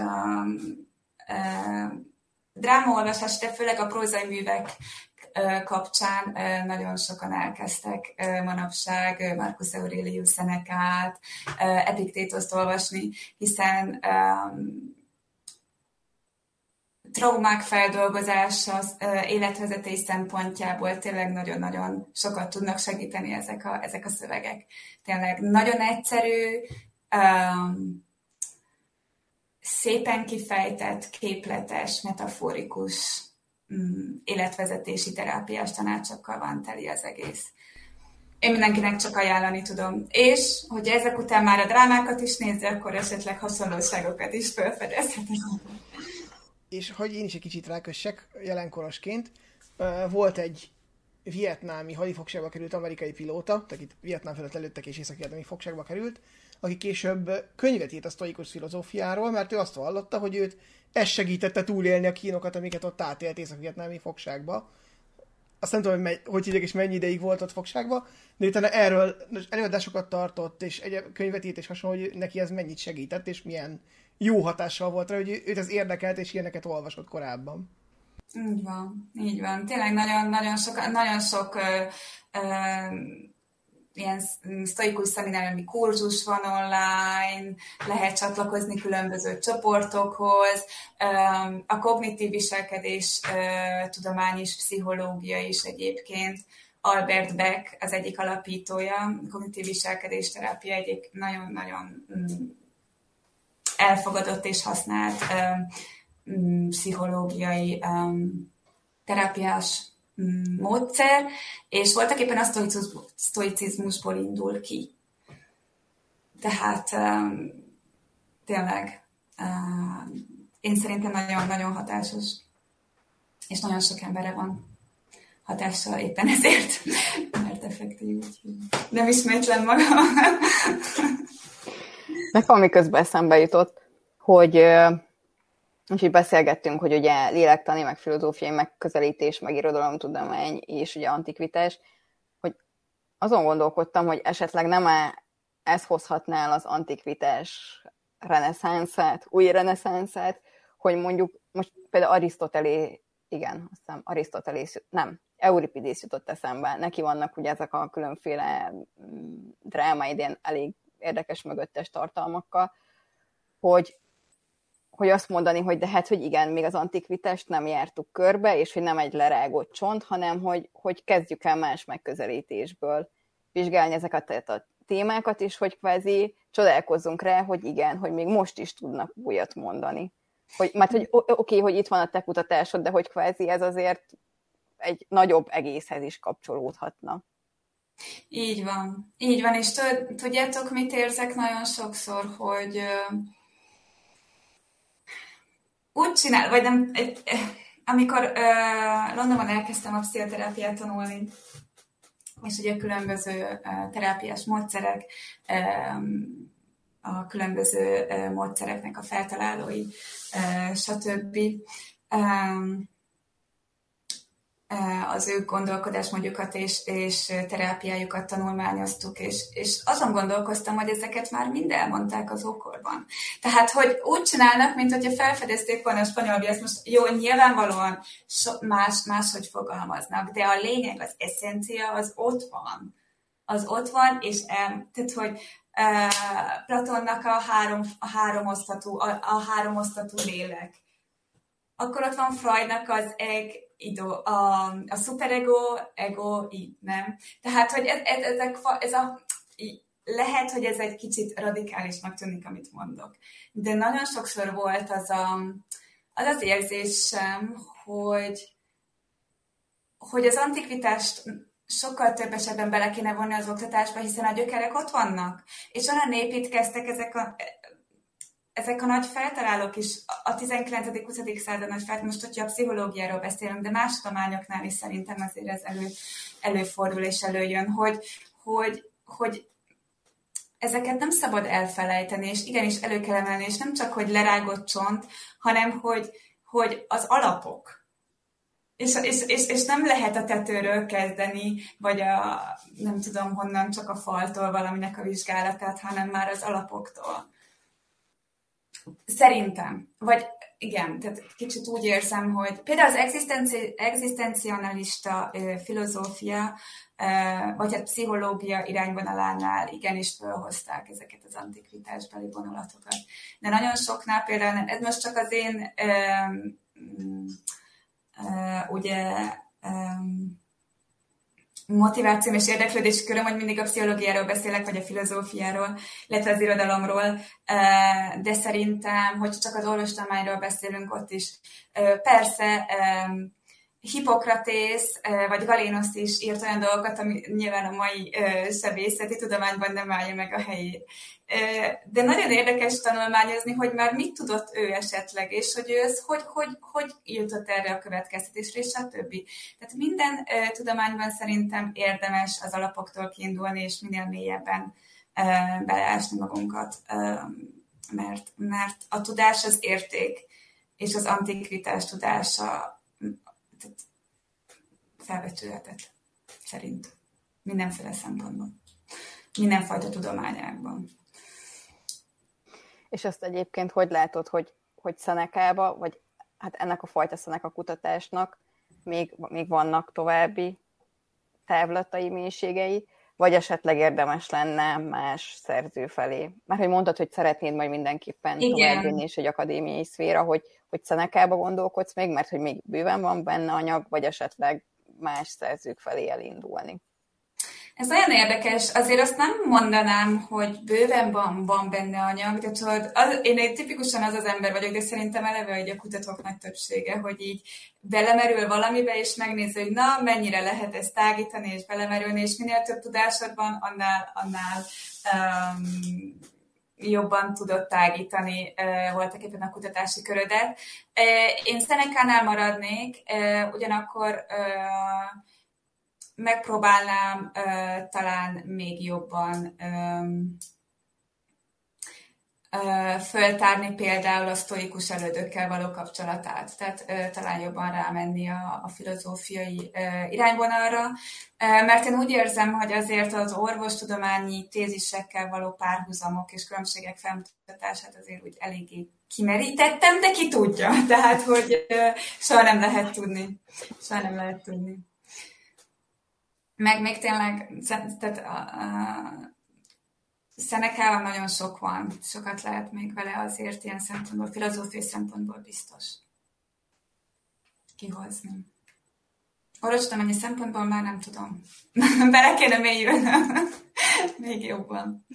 drámaolvasás, de főleg a prózai művek kapcsán nagyon sokan elkezdtek manapság Marcus Aurelius Senecát, Epiktétoszt olvasni, hiszen traumák feldolgozása életvezetés szempontjából tényleg nagyon-nagyon sokat tudnak segíteni ezek a szövegek. Tényleg nagyon egyszerű, szépen kifejtett, képletes, metaforikus életvezetési terápiás tanácsokkal van teli az egész. Én mindenkinek csak ajánlani tudom. És, hogy ezek után már a drámákat is nézze, akkor esetleg hasonlóságokat is felfedezhetek. És hogy én is egy kicsit rákössek jelenkorosként, volt egy vietnámi hadifogságba került amerikai pilóta, tehát itt Vietnám felett lelőttek és észak-vietnámi fogságba került, aki később könyvet írt a sztoikus filozófiáról, mert ő azt vallotta, hogy őt ez segítette túlélni a kínokat, amiket ott átélt észak-vietnámi fogságba. Azt nem tudom, hogy hívják és mennyi ideig volt ott fogságba, de utána erről előadásokat tartott, és egy könyvet írt, és hasonló, hogy neki ez mennyit segített, és milyen jó hatással volt rá, hogy őt ez érdekelt, és ilyeneket olvasott korábban. Így van. Tényleg nagyon sok ilyen sztoikus szemináriumi kurzus van online, lehet csatlakozni különböző csoportokhoz, a kognitív viselkedés tudomány és pszichológia is egyébként. Albert Beck az egyik alapítója, a kognitív viselkedés terápia egyik nagyon-nagyon elfogadott és használt pszichológiai terápiás módszer, és voltak éppen a sztoicizmusból indul ki. Tehát tényleg én szerintem nagyon-nagyon hatásos, és nagyon sok emberre van hatással éppen ezért, mert effektív, nem ismétlem magam. Nekem miközben eszembe jutott, hogy úgyhogy beszélgettünk, hogy ugye lélektani, meg filozófiai megközelítés, meg irodalomtudomány és ugye antikvitás, hogy azon gondolkodtam, hogy esetleg nem ez hozhatná el az antikvitás reneszánszát, új reneszánszát, hogy mondjuk most például Euripides jutott eszembe, neki vannak ugye ezek a különféle drámaidén elég érdekes mögöttes tartalmakkal, hogy azt mondani, hogy de hát, hogy igen, még az antikvitást nem jártuk körbe, és hogy nem egy lerágott csont, hanem hogy kezdjük el más megközelítésből vizsgálni ezeket a témákat, és hogy kvázi csodálkozzunk rá, hogy igen, hogy még most is tudnak újat mondani. Mert hogy oké, hogy itt van a te kutatásod, de hogy kvázi ez azért egy nagyobb egészhez is kapcsolódhatna. Így van, és tudjátok, mit érzek nagyon sokszor, hogy úgy csinál, vagy nem, amikor Londonban elkezdtem a pszichoterápiát tanulni, és ugye különböző terápiás módszerek, a különböző módszereknek a feltalálói, stb. Az ő gondolkodásmódjukat és terápiájukat tanulmányoztuk, és azon gondolkoztam, hogy ezeket már mind elmondták az ókorban. Tehát, hogy úgy csinálnak, mint hogyha felfedezték volna a spanyol viaszt. Most jó, nyilvánvalóan máshogy fogalmaznak, de a lényeg, az eszencia az ott van. Az ott van, és tehát, hogy Platonnak a három osztatú lélek. Akkor ott van Freudnak az a szuperego, ego, nem? Tehát, hogy lehet, hogy ez egy kicsit radikálisnak tűnik, amit mondok. De nagyon sokszor volt az érzésem, hogy az antikvitást sokkal több esetben bele kéne vonni az oktatásba, hiszen a gyökerek ott vannak. És onnan építkeztek ezek a nagy feltalálók is, a 19.-20. század nagy feltalálók, most hogyha a pszichológiáról beszélünk, de más tudományoknál is szerintem azért ez előfordul és előjön, hogy ezeket nem szabad elfelejteni, és igenis elő kell emelni, és nem csak, hogy lerágott csont, hanem, hogy az alapok. És nem lehet a tetőről kezdeni, vagy nem tudom honnan, csak a faltól valaminek a vizsgálatát, hanem már az alapoktól. Szerintem. Vagy igen, tehát kicsit úgy érzem, hogy például az egzisztencionalista filozófia, vagy hát pszichológia irányvonalánál igenis felhozták ezeket az antikvitásbeli vonulatokat. De nagyon soknál például, ez most csak az én motivációm és érdeklődési köröm, hogy mindig a pszichológiáról beszélek, vagy a filozófiáról, illetve az irodalomról, de szerintem, hogy csak az orvostudományról beszélünk ott is. Persze, Hippokratész vagy Galénosz is írt olyan dolgokat, ami nyilván a mai sebészeti tudományban nem állja meg a helyét. De nagyon érdekes tanulmányozni, hogy már mit tudott ő esetleg, és hogy ő hogy jutott erre a következtetésre, és a többi. Tehát minden tudományban szerintem érdemes az alapoktól kiindulni, és minél mélyebben beleásni magunkat, mert a tudás az érték, és az antikvitás tudása felbecsülhetetlen, szerint. Mindenféle szempontból. Mindenfajta tudományágban. És azt egyébként hogy látod, hogy Seneca-ba, vagy hát ennek a fajta Seneca kutatásnak még vannak további távlatai, mélységei, vagy esetleg érdemes lenne más szerző felé? Mert hogy mondtad, hogy szeretnéd majd mindenképpen továbbvinni is egy akadémiai szféra, hogy Seneca-ba gondolkodsz még, mert hogy még bőven van benne anyag, vagy esetleg más szerzők felé elindulni. Ez olyan érdekes, azért azt nem mondanám, hogy bőven van benne anyag, de tudod, én tipikusan az ember vagyok, de szerintem eleve, hogy a kutatók nagy többsége, hogy így belemerül valamibe, és megnézi, hogy na, mennyire lehet ezt tágítani, és belemerülni, és minél több tudásod van, annál jobban tudod tágítani voltak éppen a kutatási körödet. Én Senecánál maradnék, ugyanakkor megpróbálnám talán még jobban föltárni például a sztoikus elődökkel való kapcsolatát, tehát talán jobban rámenni a filozófiai irányvonalra, mert én úgy érzem, hogy azért az orvostudományi tézisekkel való párhuzamok és különbségek felmutatását azért úgy eléggé kimerítettem, de ki tudja, tehát hogy soha nem lehet tudni. Soha nem lehet tudni. Meg még tényleg, tehát Senecában nagyon sok van, sokat lehet még vele azért ilyen szempontból, filozófiai szempontból biztos kihozni. Orvostudományi szempontból már nem tudom. Bele kéne mélyülnöm. Még jobban.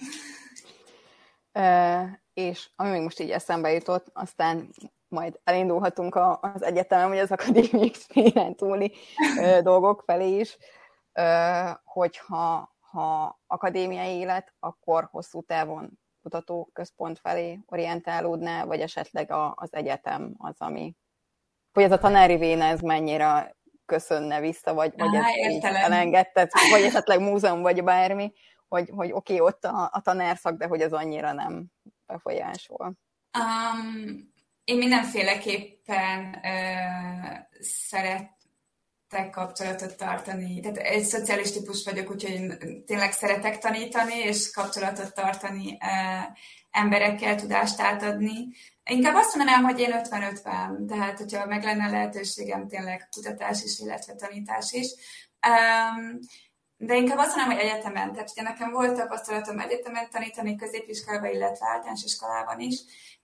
És ami még most így eszembe jutott, aztán majd elindulhatunk az egyetemen, vagy az akadémiai szférán túli dolgok felé is, hogyha akadémiai élet, akkor hosszú távon kutatóközpont felé orientálódnál, vagy esetleg az egyetem az, ami hogy ez a tanári véna, ez mennyire köszönne vissza, vagy ezt így elengedted, vagy esetleg múzeum, vagy bármi, hogy oké, ott a tanárszak, de hogy ez annyira nem befolyásol. Én mindenféleképpen szeretek kapcsolatot tartani. Tehát egy szociális típus vagyok, úgyhogy én tényleg szeretek tanítani, és kapcsolatot tartani emberekkel, tudást átadni. Inkább azt mondanám, hogy én 50-50, tehát hogyha meg lenne lehetőségem tényleg kutatás is, illetve tanítás is. De inkább azt mondanám, hogy egyetemen. Tehát ugye nekem volt tapasztalatom egyetemen tanítani, középiskolában, illetve általános iskolában is.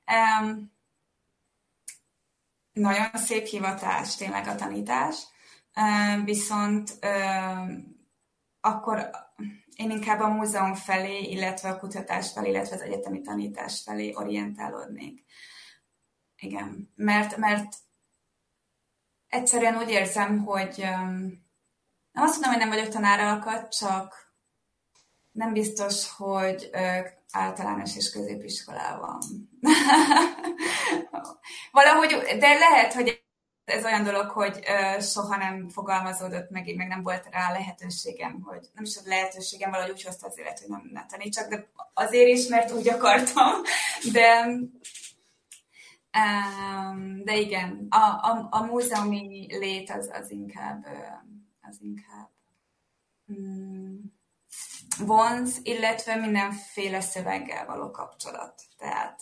Nagyon szép hivatás tényleg a tanítás, viszont akkor én inkább a múzeum felé, illetve a kutatás felé, illetve az egyetemi tanítás felé orientálódnék. Igen, mert egyszerűen úgy érzem, hogy nem azt mondom, hogy nem vagyok tanáralkat, csak nem biztos, hogy általános és középiskolában. Valahogy, de lehet, hogy ez olyan dolog, hogy soha nem fogalmazódott meg, meg nem volt rá lehetőségem, hogy nem is volt lehetőségem, valahogy úgy hozta az élet, hogy nem tanítsak, de azért is, mert úgy akartam. De igen, a múzeumi lét az inkább vonz, illetve mindenféle szöveggel való kapcsolat. Tehát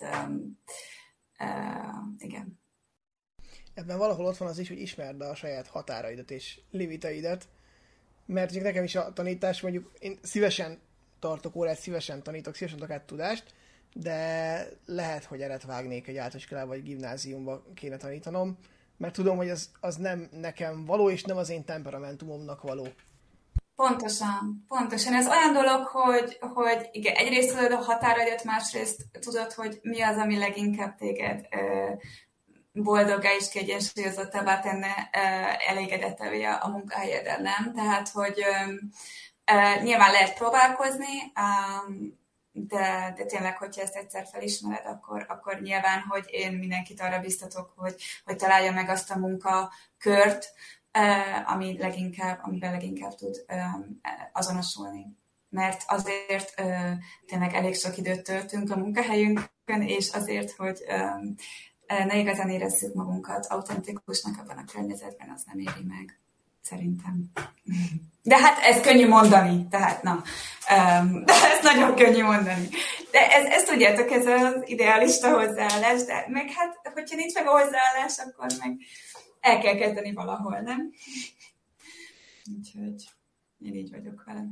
igen. Ebben valahol ott van az is, hogy ismerd a saját határaidat és limitaidat, mert csak nekem is a tanítás, mondjuk én szívesen tartok órát, szívesen tanítok, szívesen adok át tudást, de lehet, hogy eret vágnék egy általános iskolába vagy gimnáziumba kéne tanítanom, mert tudom, hogy az nem nekem való, és nem az én temperamentumomnak való. Pontosan. Ez olyan dolog, hogy igen, egyrészt tudod a határaidat, másrészt tudod, hogy mi az, ami leginkább téged boldoggá és kiegyensúlyozottabbá tenne, elégedettebbé a munkahelyeden, nem? Tehát, hogy nyilván lehet próbálkozni, de tényleg, hogyha ezt egyszer felismered, akkor nyilván, hogy én mindenkit arra biztatok, hogy találja meg azt a munkakört, amivel leginkább tud azonosulni. Mert azért tényleg elég sok időt töltünk a munkahelyünkön, és azért, hogy ne igazán érezzük magunkat autentikusnak abban a környezetben, az nem éri meg, szerintem. De hát ez könnyű mondani, tehát na. De ez nagyon könnyű mondani. De ezt tudjátok, ez az idealista hozzáállás, de meg hát, hogyha nincs meg a hozzáállás, akkor meg el kell kezdeni valahol, nem? Úgyhogy én így vagyok vele.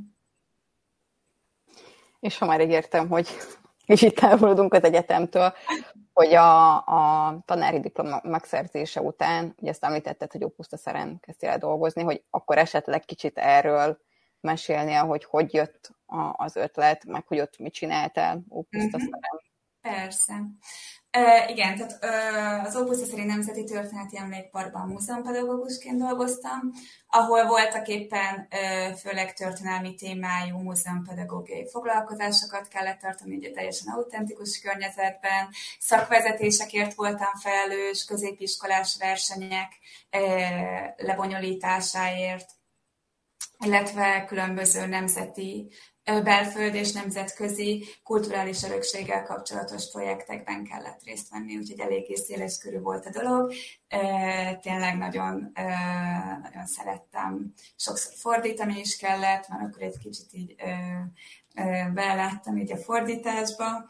És ha már ígértem, hogy és itt távolodunk az egyetemtől, hogy a tanári diploma megszerzése után, ugye ezt említetted, hogy Ópusztaszeren kezdtél el dolgozni, hogy akkor esetleg kicsit erről mesélnél, hogy jött az ötlet, meg hogy ott mit csináltál Ópusztaszeren. Persze. Igen, tehát az Ópusztaszeri Nemzeti Történeti Emlékparkban múzeumpedagógusként dolgoztam, ahol voltak éppen főleg történelmi témájú múzeumpedagógiai foglalkozásokat kellett tartani, ugye teljesen autentikus környezetben, szakvezetésekért voltam felelős, középiskolás versenyek lebonyolításáért, illetve különböző nemzeti belföld és nemzetközi kulturális örökséggel kapcsolatos projektekben kellett részt venni, úgyhogy eléggé széles körű volt a dolog. Tényleg nagyon szerettem. Sokszor fordítani is kellett, mert akkor egy kicsit így beleláttam így a fordításba.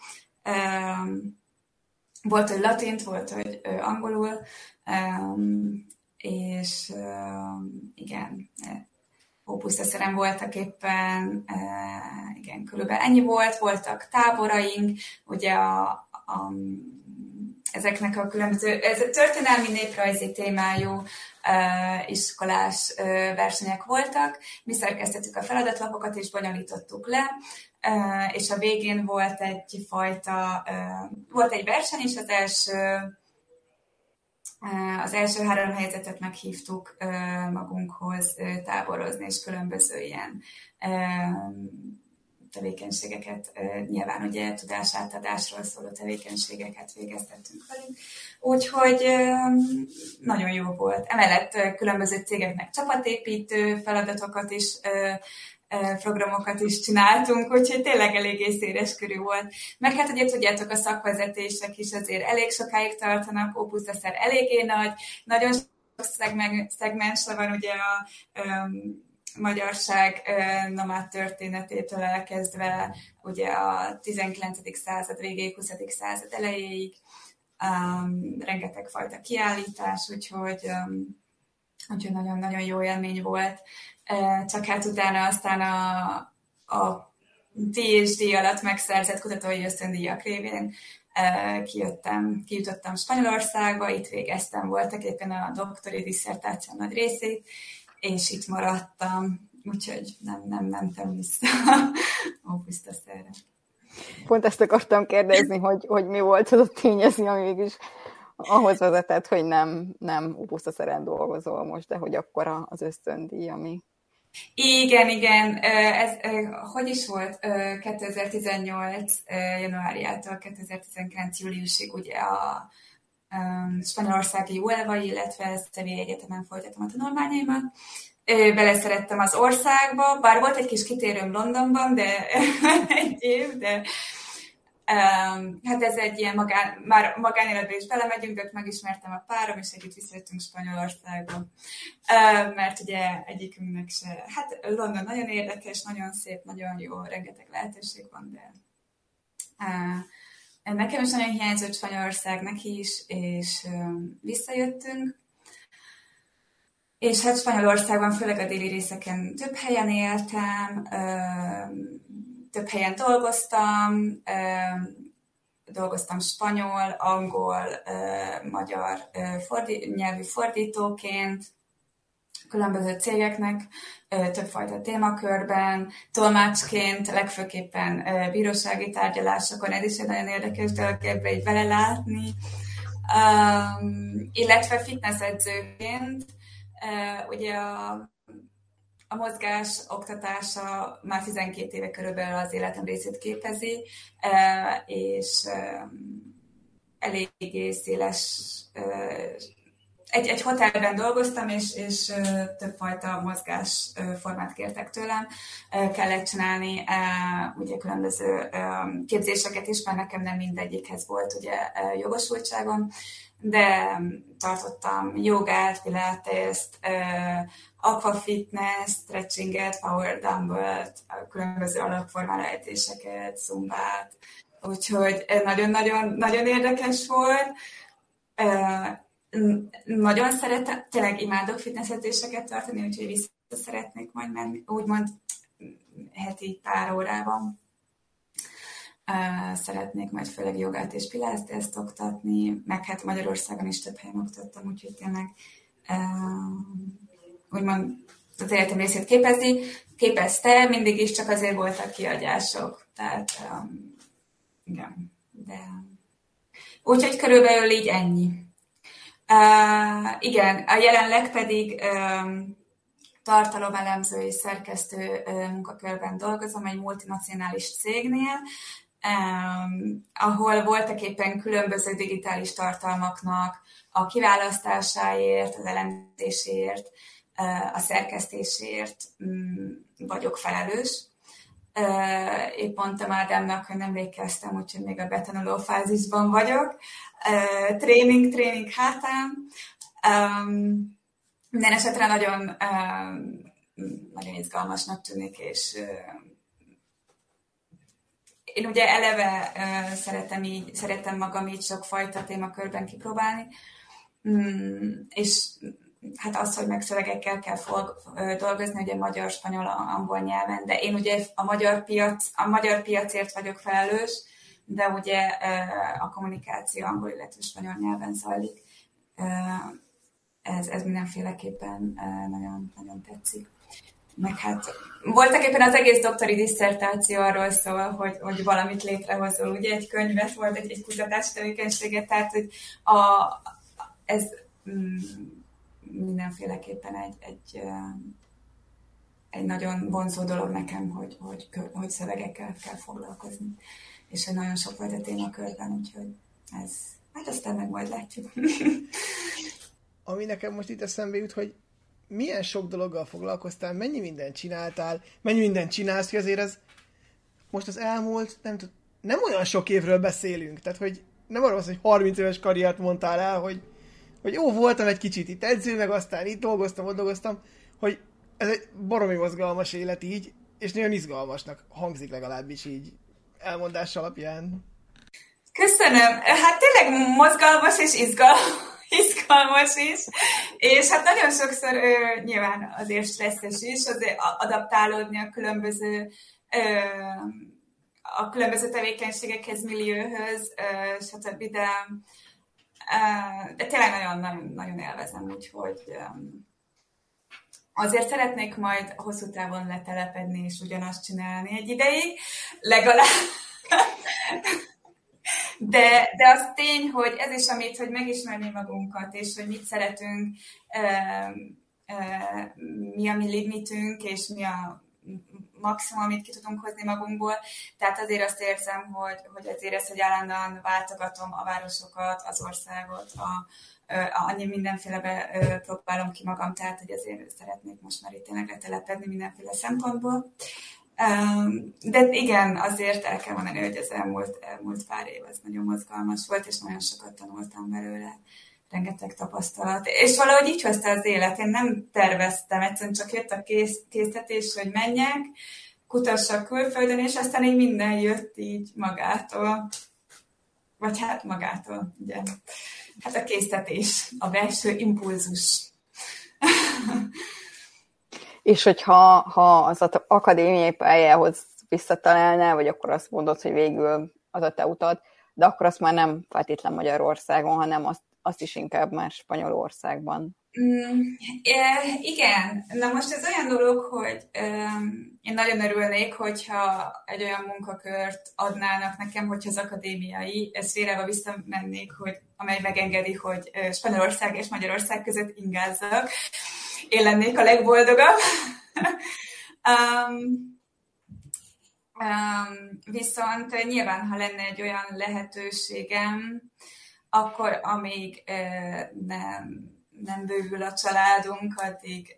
Volt, hogy latint, volt, hogy angolul, és igen, Ópusztaszeren voltak éppen, igen, körülbelül ennyi voltak táboraink, ugye ezeknek a különböző, ez történelmi néprajzi témájú iskolás versenyek voltak, mi szerkesztettük a feladatlapokat és bonyolítottuk le, és a végén volt egy verseny, és az első 3 helyzetet meghívtuk magunkhoz táborozni, és különböző ilyen tevékenységeket, nyilván ugye tudásátadásról szóló tevékenységeket végeztettünk velünk. Úgyhogy nagyon jó volt. Emellett különböző cégeknek csapatépítő feladatokat is, programokat is csináltunk, úgyhogy tényleg eléggé széles körű volt. Meg hát ugye tudjátok, a szakvezetések is azért elég sokáig tartanak, Opustaszer eléggé nagy, nagyon sok szegmensre van ugye a magyarság nomád történetétől elkezdve ugye a 19. század végéig, 20. század elejéig, rengeteg fajta kiállítás, úgyhogy nagyon-nagyon jó élmény volt. Csak hát utána aztán a PhD alatt megszerzett kutatói ösztöndíjak révén kijutottam Spanyolországba, itt végeztem voltak éppen a doktori disszertáció nagy részét, és itt maradtam, úgyhogy nem mentem vissza Opustaszerre. Pont ezt akartam kérdezni, hogy mi volt az a tényező, ami mégis ahhoz vezetett, hogy nem Opustaszeren dolgozol most, de hogy akkor az ösztöndíj, ami... Igen. Ez hogy is volt? 2018 januárjától 2019 júliusig ugye a spanyolországi UELVA, illetve Sevilla Egyetemen folytattam a tanulmányaimat. Beleszerettem az országba, bár volt egy kis kitérőm Londonban, de egy év, de hát ez egy ilyen magánéletbe is belemegyünk, de megismertem a párom, és együtt visszajöttünk Spanyolországba. Mert ugye egyikünknek se... Hát London nagyon érdekes, nagyon szép, nagyon jó, rengeteg lehetőség van, de nekem is nagyon hiányzott Spanyolország, neki is, és visszajöttünk. És hát Spanyolországban, főleg a déli részeken több helyen éltem, több helyen dolgoztam spanyol, angol, magyar nyelvű fordítóként, különböző cégeknek, többfajta témakörben, tolmácsként, legfőképpen bírósági tárgyalásokon, ez is egy nagyon érdekes dolog ebbe így belelátni, illetve fitnessedzőként, ugye a mozgás oktatása már 12 éve körülbelül az életem részét képezi, és eléggé széles... Egy hotelben dolgoztam, és többfajta mozgásformát kértek tőlem. Kellett csinálni ugye különböző képzéseket is, mert nekem nem mindegyikhez volt ugye jogosultságom, de tartottam jogát, pilatest, aquafitness, stretchinget, power dumbbellt, különböző alapformára ejtéseket, zumbát. Úgyhogy nagyon érdekes volt. Nagyon szeretem, tényleg imádok fitnessedzéseket tartani, úgyhogy vissza szeretnék majd menni, úgymond heti pár órában. Szeretnék majd főleg jogát és pilatest oktatni, meg hát Magyarországon is több helyen oktattam, úgyhogy tényleg úgymond az életem részét képezte, mindig is, csak azért voltak kiadások. Tehát igen, de úgyhogy körülbelül így ennyi. Igen, jelenleg pedig tartalomelemző és szerkesztő munkakörben dolgozom egy multinacionális cégnél, ahol voltak éppen különböző digitális tartalmaknak a kiválasztásáért, az elemzéséért, a szerkesztésért vagyok felelős. Épp mondtam Ádámnak, hogy nemrég kezdtem, úgyhogy még a betanuló fázisban vagyok. Tréning hátán. Minden esetre nagyon izgalmasnak tűnik, és én ugye eleve szeretem magam így sokfajta témakörben kipróbálni, és hát az, hogy meg szövegekkel kell dolgozni, ugye magyar, spanyol, angol nyelven, de én ugye a magyar piacért vagyok felelős, de ugye a kommunikáció angol, illetve spanyol nyelven zajlik. Ez mindenféleképpen nagyon tetszik. Meg hát voltak éppen az egész doktori disszertáció arról szól, hogy valamit létrehozol, ugye egy könyvet volt, egy kutatási tevékenységet, tehát hogy ez mindenféleképpen egy nagyon vonzó dolog nekem, hogy szövegekkel kell foglalkozni. És hogy nagyon sok volt a témakörben, úgyhogy ez, hát aztán meg majd látjuk. Ami nekem most itt eszembe jut, hogy milyen sok dologgal foglalkoztál, mennyi mindent csináltál, mennyi mindent csinálsz, hogy azért ez most az elmúlt, nem olyan sok évről beszélünk, tehát hogy nem arról az, hogy 30 éves karriert mondtál el, hogy jó, voltam egy kicsit itt edző, meg aztán itt dolgoztam, ott dolgoztam, hogy ez egy baromi mozgalmas élet így, és nagyon izgalmasnak hangzik legalábbis így elmondás alapján. Köszönöm. Hát tényleg mozgalmas és izgalmas is, és hát nagyon sokszor nyilván azért stresszes is, azért adaptálódni a különböző tevékenységekhez, millióhöz, stb. De tényleg nagyon élvezem, úgyhogy azért szeretnék majd hosszú távon letelepedni és ugyanazt csinálni egy ideig, legalább. De az tény, hogy ez is amit, hogy megismerni magunkat, és hogy mit szeretünk, mi a mi limitünk, és mi a maximum, amit ki tudunk hozni magunkból. Tehát azért azt érzem, hogy azért ez, hogy állandóan váltogatom a városokat, az országot, annyi mindenfélebe próbálom ki magam, tehát hogy azért szeretnék most már itt tényleg letelepedni mindenféle szempontból. De igen, azért el kell mondani, hogy az elmúlt pár év az nagyon mozgalmas volt, és nagyon sokat tanultam belőle, rengeteg tapasztalat. És valahogy így hozta az élet, én nem terveztem, egyszerűen csak jött a késztetés, hogy menjek, kutassak külföldön, és aztán így minden jött így magától. Vagy hát magától, ugye. Hát a késztetés, a belső impulzus. És hogyha az akadémiai pályához visszatalálnál, vagy akkor azt mondod, hogy végül az a te utad, de akkor azt már nem feltétlen Magyarországon, hanem azt is inkább már Spanyolországban. Igen. Na most ez olyan dolog, hogy én nagyon örülnék, hogyha egy olyan munkakört adnának nekem, hogyha az akadémiai szférába visszamennék, amely megengedi, hogy Spanyolország és Magyarország között ingázzak. Én lennék a legboldogabb. Viszont nyilván, ha lenne egy olyan lehetőségem, akkor amíg nem bővül a családunk, addig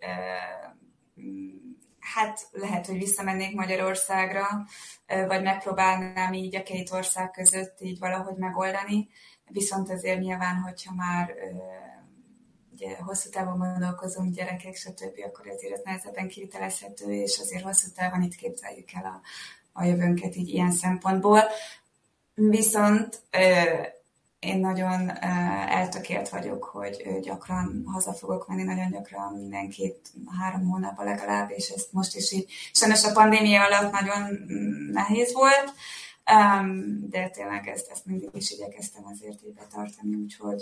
hát lehet, hogy visszamennék Magyarországra, vagy megpróbálnám így a két ország között így valahogy megoldani. Viszont azért nyilván, hogyha már ugye hosszú távon gondolkozunk, gyerekek, stb., akkor ezért ez nehezebben kivitelezhető, és azért hosszú távon itt képzeljük el a jövőnket így ilyen szempontból. Viszont én nagyon eltökélt vagyok, hogy gyakran haza fogok menni, nagyon gyakran minden 2-3 hónapban legalább, és ezt most is így. Sajnos a pandémia alatt nagyon nehéz volt, de tényleg ezt mindig is igyekeztem azért így betartani, úgyhogy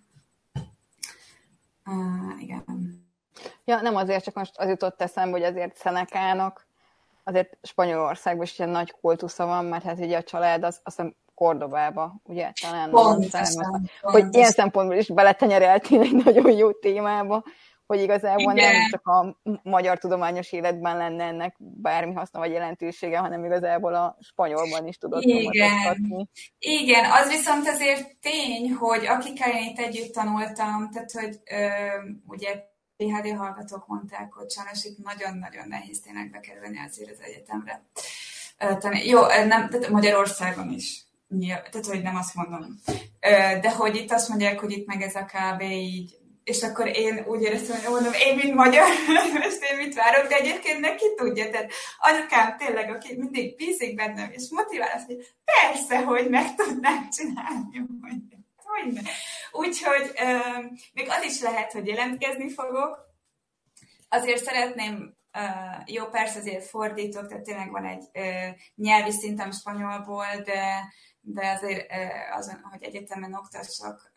igen. Ja, nem azért, csak most az jutott eszembe, hogy azért Seneca-nak azért Spanyolországban is ilyen nagy kultusza van, mert hát ugye a család az Kordobába, ugye, talán pontosan. Hogy ilyen szempontból is beletenyereltél egy nagyon jó témába, hogy igazából igen, nem csak a magyar tudományos életben lenne ennek bármi haszna vagy jelentősége, hanem igazából a spanyolban is tudod kamatoztatni. Igen, az viszont azért tény, hogy akikkel én itt együtt tanultam, tehát hogy ugye PhD hallgatók mondták, hogy sajnos itt nagyon-nagyon nehéz tényleg bekerülni azért az egyetemre. Jó, nem, tehát Magyarországon is. Tehát, hogy nem azt mondom. De hogy itt azt mondják, hogy itt meg ez a kb. Így, és akkor én úgy éreztem, hogy mondom, én mint magyar, és én mit várok, de egyébként neki tudja. Tehát anyukám tényleg, aki mindig bízik bennem, és motivál azt, hogy persze, hogy meg tudnám csinálni. Hogy úgyhogy még az is lehet, hogy jelentkezni fogok. Azért szeretném, jó, persze azért fordítok, tehát tényleg van egy nyelvi szintem spanyolból, de azért azon, hogy egyetemen oktassak,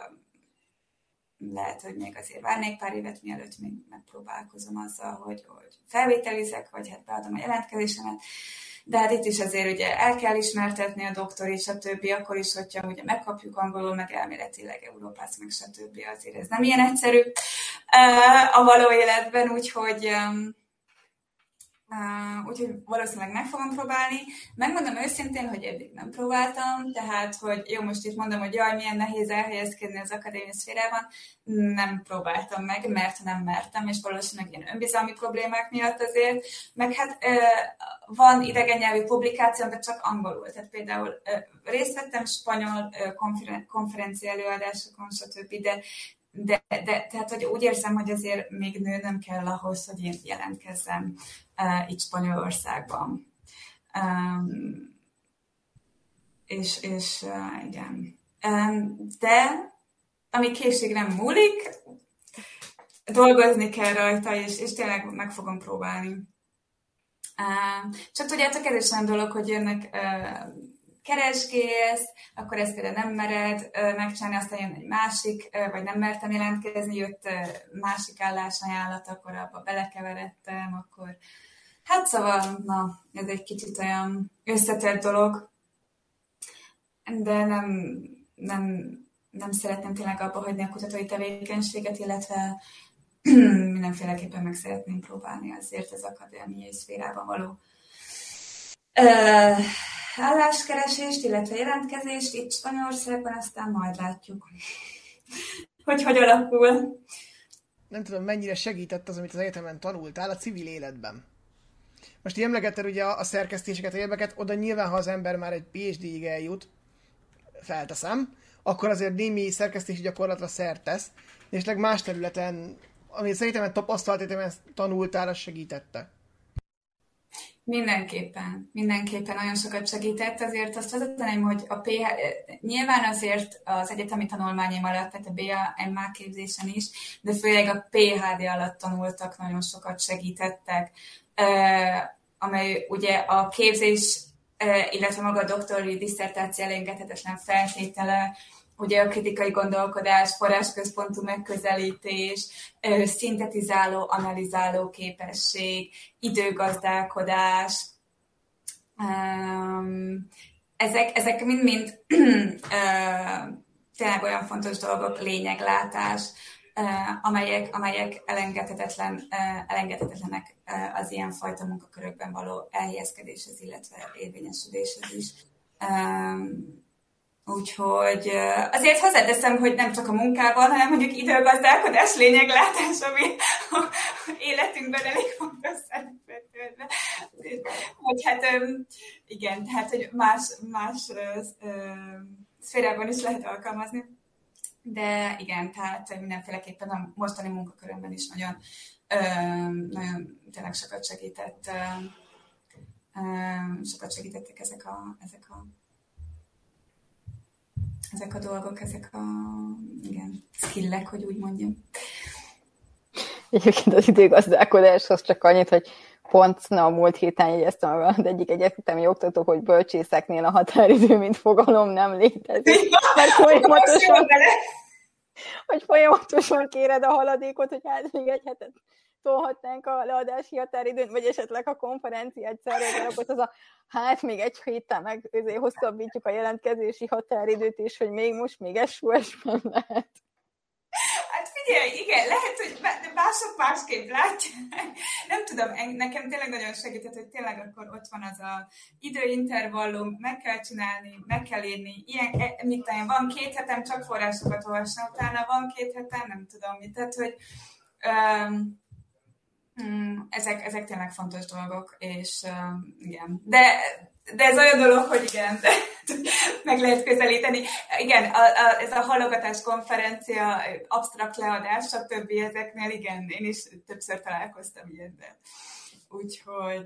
lehet, hogy még azért várnék pár évet, mielőtt még megpróbálkozom azzal, hogy felvételizek, vagy hát beadom a jelentkezésemet. De hát itt is azért ugye el kell ismertetni a doktori, stb. Akkor is, hogyha ugye megkapjuk angolul, meg elméletileg Európász, meg stb. Azért ez nem ilyen egyszerű a való életben, úgyhogy Úgyhogy valószínűleg meg fogom próbálni. Megmondom őszintén, hogy eddig nem próbáltam, tehát, hogy jó, most itt mondom, hogy jaj, milyen nehéz elhelyezkedni az akadémiai szférában, nem próbáltam meg, mert nem mertem, és valószínűleg ilyen önbizalmi problémák miatt azért, meg hát van idegen nyelvű publikáció, de csak angolul, tehát például részt vettem spanyol konferencia előadásokon, stb., de tehát, hogy úgy érzem, hogy azért még nőnöm kell ahhoz, hogy én jelentkezzem itt Spanyolországban. És igen. De ami készségre múlik, dolgozni kell rajta, és tényleg meg fogom próbálni. Csak tudjátok, ez is olyan dolog, hogy jönnek keresgélsz, akkor ezt például nem mered megcsinálni, aztán jön egy másik, vagy nem mertem jelentkezni, jött másik állásajánlat, akkor abba belekeveredtem, akkor hát szóval, na, ez egy kicsit olyan összetett dolog, de nem szeretném tényleg abba hagyni a kutatói tevékenységet, illetve mindenféleképpen meg szeretném próbálni azért az akadémiai szférában való álláskeresést, illetve jelentkezést itt Spanyolországban, aztán majd látjuk, hogy alakul. Nem tudom, mennyire segített az, amit az egyetemen tanultál a civil életben. Most így emlegetted ugye a szerkesztéseket, a egyebeket, oda nyilván, ha az ember már egy PhD-ig eljut, felteszem, akkor azért némi szerkesztési gyakorlatra szert tesz, és más területen, amit az egyetemen tapasztalt, egyetemen tanultál, az segítette. Mindenképpen nagyon sokat segített, azért azt vezetném, hogy nyilván azért az egyetemi tanulmányaim alatt, tehát a BA-MA képzésen is, de főleg a PhD alatt tanultak, nagyon sokat segítettek, amely ugye a képzés, illetve maga a doktori disszertáció elengedhetetlen feltétele, ugye a kritikai gondolkodás, forrásközpontú megközelítés, szintetizáló, analizáló képesség, időgazdálkodás. Ezek mind-mind tényleg olyan fontos dolgok, lényeglátás, amelyek elengedhetetlenek az ilyenfajta munkakörökben való elhelyezkedéshez, illetve érvényesüléshez is. Úgyhogy azért hozzáteszem, hogy nem csak a munkában, hanem mondjuk időgazdálkodás, lényeglátás, ami életünkben elég fontos szerepet töltve. Hogy hát igen, tehát hogy más szférában is lehet alkalmazni. De igen, tehát mindenféleképpen a mostani munkakörömben is nagyon tényleg sokat segítettek ezek a dolgok, ezek a skillek, hogy úgy mondjam. Egyébként az időgazdálkodáshoz csak annyit, hogy pont a múlt héten jegyeztem az egyik egyetemi oktató, hogy bölcsészeknél a határidő, mint fogalom nem létezik. Mert folyamatosan kéred a haladékot, hogy hát még egy hetet tolhatnánk a leadási határidőn, vagy esetleg a konferencia egyszerre, akkor hát még egy héttel meg hosszabbítjuk a jelentkezési határidőt, és hogy még SOS-ben lehet. Hát figyelj, igen, lehet, hogy mások másképp látják. Nem tudom, nekem tényleg nagyon segített, hogy tényleg akkor ott van az a időintervallum, meg kell csinálni, meg kell írni. Ilyen, van 2 hetem, csak forrásokat olvasni, utána van 2 hetem, nem tudom mit. Tehát, hogy ezek tényleg fontos dolgok, és igen. De ez olyan dolog, hogy igen, de meg lehet közelíteni. Igen, ez a halogatás konferencia, absztrakt leadás, stb. Ezeknél igen, én is többször találkoztam ilyenben. Úgyhogy,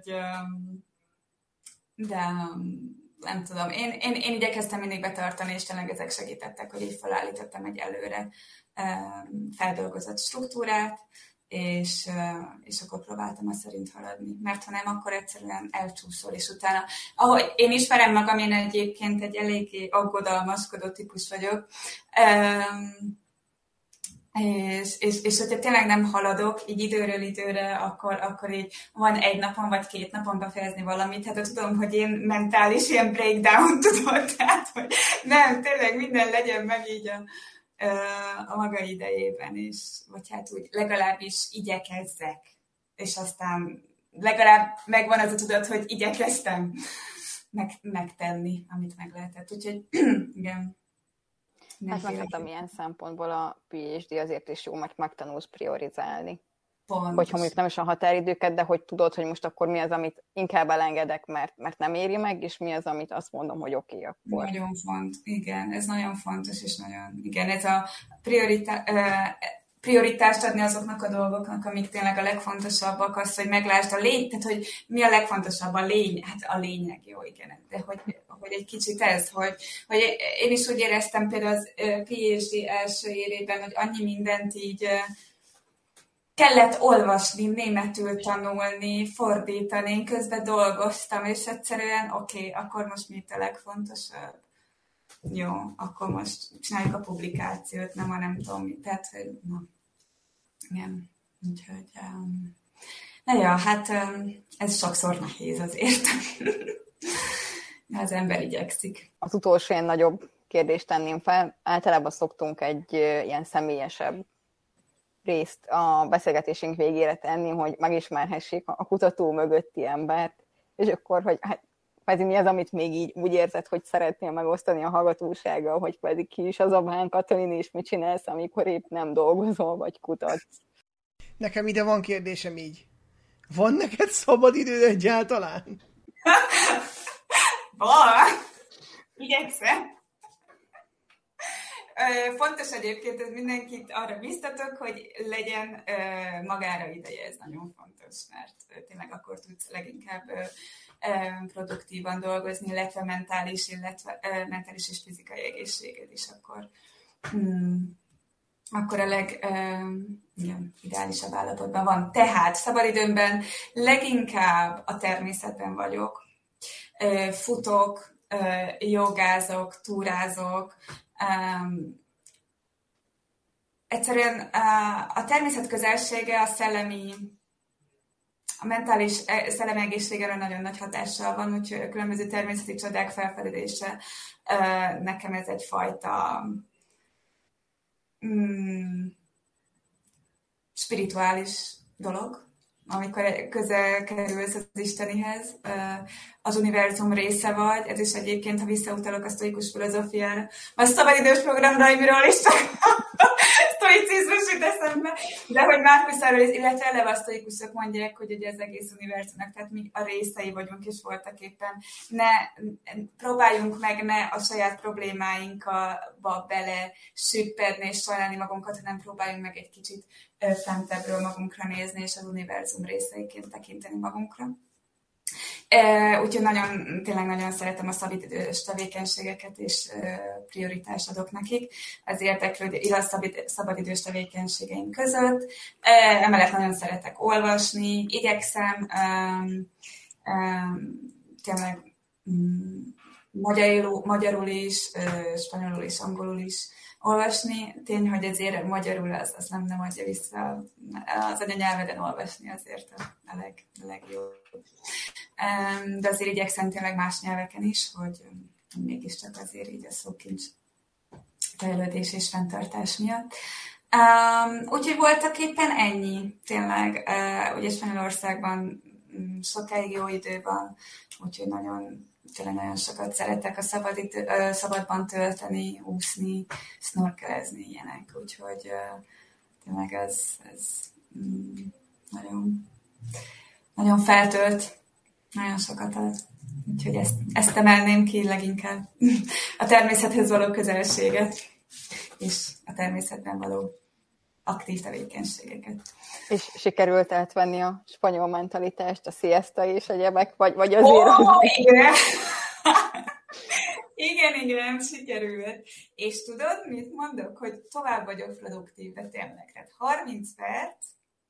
de nem tudom, én igyekeztem mindig betartani, és tényleg ezek segítettek, hogy így felállítottam egy előre feldolgozott struktúrát, és akkor próbáltam azt szerint haladni. Mert ha nem, akkor egyszerűen elcsúszol, és utána, ahogy én ismerem magam, én egyébként egy eléggé aggodalmaskodó típus vagyok, és hogyha tényleg nem haladok így időről időre, akkor így van 1 napon vagy 2 napon befejezni valamit. Hát tudom, hogy én mentális ilyen breakdown tudod, tehát hogy nem, tényleg minden legyen meg így a maga idejében is, vagy hát úgy legalábbis igyekezzek, és aztán legalább megvan az a tudat, hogy igyekeztem megtenni, amit meg lehetett. Úgyhogy igen. Hát meghatom ilyen szempontból a PhD azért is jó, mert megtanulsz priorizálni. Pontos. Hogyha mondjuk nem is a határidőket, de hogy tudod, hogy most akkor mi az, amit inkább elengedek, mert nem éri meg, és mi az, amit azt mondom, hogy oké, akkor. Nagyon fontos, igen, ez nagyon fontos, és nagyon, igen, ez a prioritást adni azoknak a dolgoknak, amik tényleg a legfontosabbak, az, hogy meglásd a lény, tehát hogy mi a legfontosabb, hát a lényeg, jó, igen, de hogy egy kicsit ez, hogy én is úgy éreztem például az PhD első évében, hogy annyi mindent így kellett olvasni, németül tanulni, fordítani, én közben dolgoztam, és egyszerűen oké, akkor most mi a legfontosabb? Jó, akkor most csináljuk a publikációt, nem a nem tudom mi. Tehát, hogy na, igen. Úgyhogy, na ja, hát ez sokszor nehéz azért. Az ember igyekszik. Az utolsó ilyen nagyobb kérdést tenném fel. Általában szoktunk egy ilyen személyesebb részt a beszélgetésünk végére tenni, hogy megismerhessék a kutató mögötti embert, és akkor, hogy hát kvázi mi az, amit még így úgy érzed, hogy szeretnél megosztani a hallgatósággal, hogy kvázi ki is az a Bán Katalin, és mit csinálsz, amikor épp nem dolgozol, vagy kutatsz. Nekem ide van kérdésem így. Van neked szabad időd egyáltalán? Van! Igyekszem. Fontos egyébként, ez mindenkit arra biztatok, hogy legyen magára ideje, ez nagyon fontos, mert tényleg akkor tudsz leginkább produktívan dolgozni, illetve mentális és fizikai egészséged is akkor a ideálisabb állapotban van. Tehát szabadidőmben leginkább a természetben vagyok, futok, jogázok, túrázok. Egyszerűen a természet közelsége a mentális szellemi egészségre nagyon nagy hatással van, úgyhogy a különböző természeti csodák felfedezése nekem ez egyfajta spirituális dolog, amikor közel kerülsz az Istenihez, az univerzum része vagy, ez is egyébként, ha visszautalok a sztoikus filozófiára, a szabadidős programraimról is csak sztoicizmus jut eszembe, de hogy Márkusz Aurelius, illetve eleve a sztoikusok mondják, hogy ugye az egész univerzumnak, tehát mi a részei vagyunk, és voltak éppen. Próbáljunk meg ne a saját problémáinkba bele süppedni és sajnálni magunkat, hanem próbáljunk meg egy kicsit fentebbről magunkra nézni, és az univerzum részeiként tekinteni magunkra. Úgyhogy tényleg nagyon szeretem a szabadidős tevékenységeket, és prioritást adok nekik. Ez érdeklődik a szabadidős tevékenységeim között. Emellett nagyon szeretek olvasni, igyekszem tényleg magyarul is, spanyolul is, angolul is olvasni. Tény, hogy ezért magyarul az nem adja vissza. Az anyanyelveden olvasni azért a legjobb. De azért igyekszem tényleg más nyelveken is, hogy mégiscsak azért így a szókincs fejlődés és fenntartás miatt. Úgyhogy voltak éppen ennyi, tényleg. Ugye Spanyolországban sokáig jó idő van, úgyhogy tényleg nagyon sokat szeretek a szabadban tölteni, úszni, snorkelezni, ilyenek. Úgyhogy tényleg ez nagyon feltölt, nagyon sokat ad. Úgyhogy ezt emelném ki leginkább. A természethez való közelséget, és a természetben való aktív tevékenységeket. És sikerült átvenni a spanyol mentalitást, a siesta és egyebek, vagy azért... Igen, sikerült. És tudod, mit mondok? Hogy tovább vagyok produktív, de tényleg. Hát 30 perc,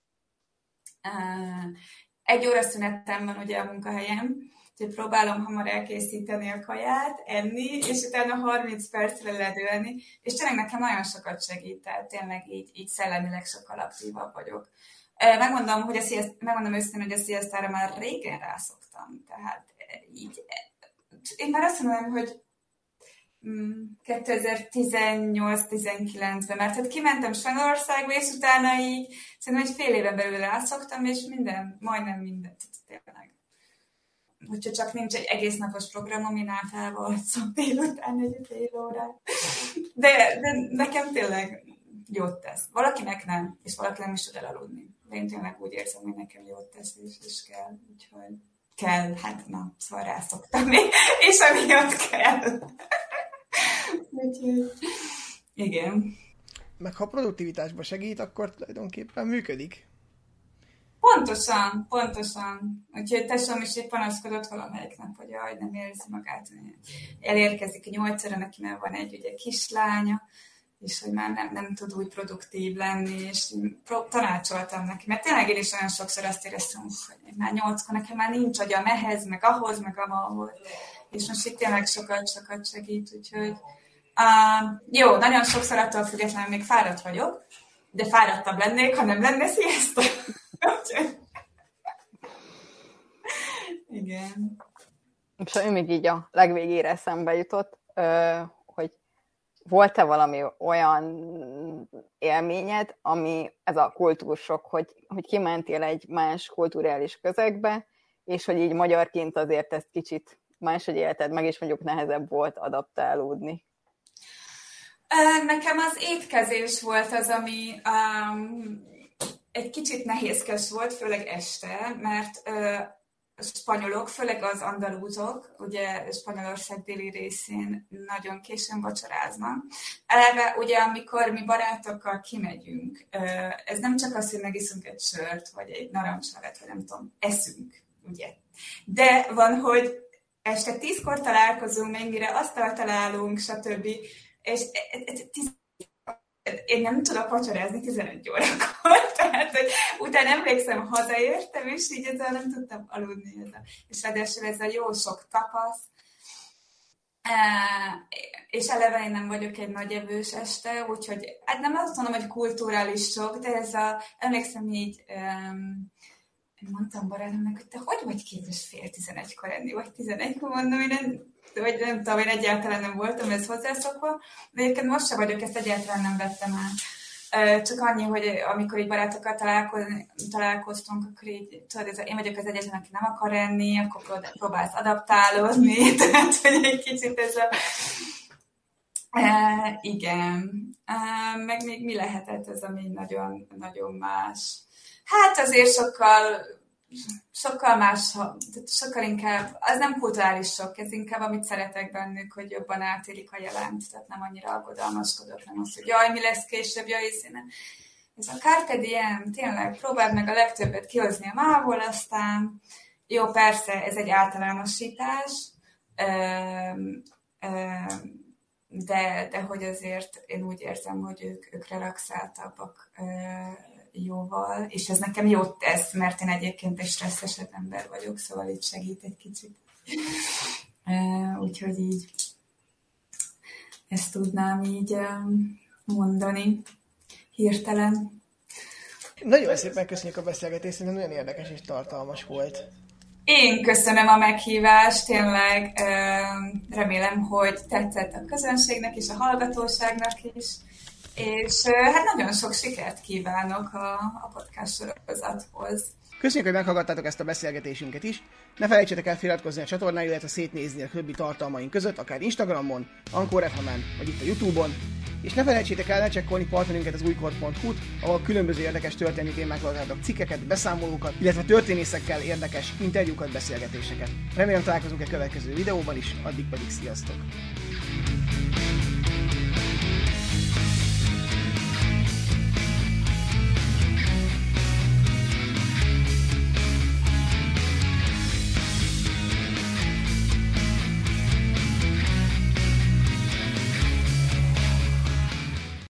1 óra szünetem van ugye a munkahelyem, úgyhogy próbálom hamar elkészíteni a kaját, enni, és utána 30 percre ledőlni, és tényleg nekem nagyon sokat segít, tehát tényleg így szellemileg sokkal aktívabb vagyok. Megmondom őszintén, hogy a siestára már régen rászoktam, tehát így, én már azt mondom, hogy 2018-19-ben, mert hát kimentem Spanyolországba, és utána így szerintem egy fél éven belül rászoktam, és majdnem mindent, tényleg. Hogyha csak nincs egy egész napos program, amin általában alszom délután egy fél órát. De nekem tényleg jót tesz. Valakinek nem, és valaki nem is tud elaludni. De én tényleg úgy érzem, hogy nekem jót tesz, és kell. Úgyhogy kell, hát na, szóval rászoktam, és amiatt kell. Úgyhogy igen. Meg ha produktivitásba segít, akkor tulajdonképpen működik. Pontosan. Úgyhogy tesóm is így panaszkodott valamelyik nap, hogy jaj, nem érzi magát. Elérkezik 8-ra, neki már van egy ugye, kislánya, és hogy már nem tud úgy produktív lenni, és tanácsoltam neki. Mert tényleg én is olyan sokszor azt éreztem, hogy már 8-kor nekem már nincs agyam ehhez, meg ahhoz, meg ahhoz. És most itt tényleg sokat segít, úgyhogy jó, nagyon sokszor attól függetlenül még fáradt vagyok, de fáradtabb lennék, ha nem lenne sziasztok. Igen. És még így a legvégére eszembe jutott, hogy volt-e valami olyan élményed, ami ez a kultúrsok, hogy kimentél egy más kulturális közegbe, és hogy így magyarként azért ezt kicsit máshogy élted meg, és mondjuk nehezebb volt adaptálódni? Nekem az étkezés volt az, ami egy kicsit nehézkes volt, főleg este, mert spanyolok, főleg az andalúzok, ugye Spanyolország déli részén nagyon későn vacsoráznak. Eleve ugye, amikor mi barátokkal kimegyünk, ez nem csak az, hogy megiszunk egy sört, vagy egy narancslevet, vagy nem tudom, eszünk, ugye. De van, hogy este 10-kor találkozunk, még mire asztalt találunk, stb. És én nem tudok vacsorázni 11 órakor, tehát hogy utána emlékszem, hazaértem, és így ezzel nem tudtam aludni. És ráadásul ez a jó sok tapasz. És eleve én nem vagyok egy nagy evős este, úgyhogy hát nem azt mondom, hogy kulturális sok, de ez emlékszem így, mondtam barátomnak, hogy te hogy vagy képes fél 11-kor enni, vagy 11-kor, mondom, vagy nem tudom, én egyáltalán nem voltam ez hozzászokva, de egyébként most sem vagyok, ezt egyáltalán nem vettem át. Csak annyi, hogy amikor így barátokkal találkoztunk, akkor így, tudod, én vagyok az egyetlen, aki nem akar enni, akkor próbálsz adaptálódni, tehát hogy egy kicsit ez a... igen. Meg még mi lehetett ez, ami nagyon, nagyon más. Hát azért sokkal más, sokkal inkább, az nem kulturális sok, ez inkább amit szeretek bennük, hogy jobban átélik a jelent, tehát nem annyira aggodalmaskodok, nem az, hogy jaj, mi lesz később, jaj, színen. Ez a carpe diem, tényleg próbáld meg a legtöbbet kihozni a mából, aztán jó, persze, ez egy általánosítás, de hogy azért én úgy érzem, hogy ők relaxáltabbak jóval, és ez nekem jót tesz, mert én egyébként egy stresszesebb ember vagyok, szóval itt segít egy kicsit. Úgyhogy így ezt tudnám így mondani hirtelen. Nagyon szépen köszönjük a beszélgetést, szerintem nagyon érdekes és tartalmas volt. Én köszönöm a meghívást, tényleg remélem, hogy tetszett a közönségnek és a hallgatóságnak is, és hát nagyon sok sikert kívánok a podcast sorozathoz. Köszönjük, hogy meghallgattátok ezt a beszélgetésünket is. Ne felejtsetek el feliratkozni a csatornára, illetve szétnézni a többi tartalmaink között, akár Instagramon, Anchor FM-en, vagy itt a YouTube-on. És ne felejtsétek el lecsekkolni partnerünket az újkor.hu-t, ahol különböző érdekes történelmi témákról találtok cikkeket, beszámolókat, illetve történészekkel érdekes interjúkat, beszélgetéseket. Remélem találkozunk a következő videóban is, addig pedig sziasztok!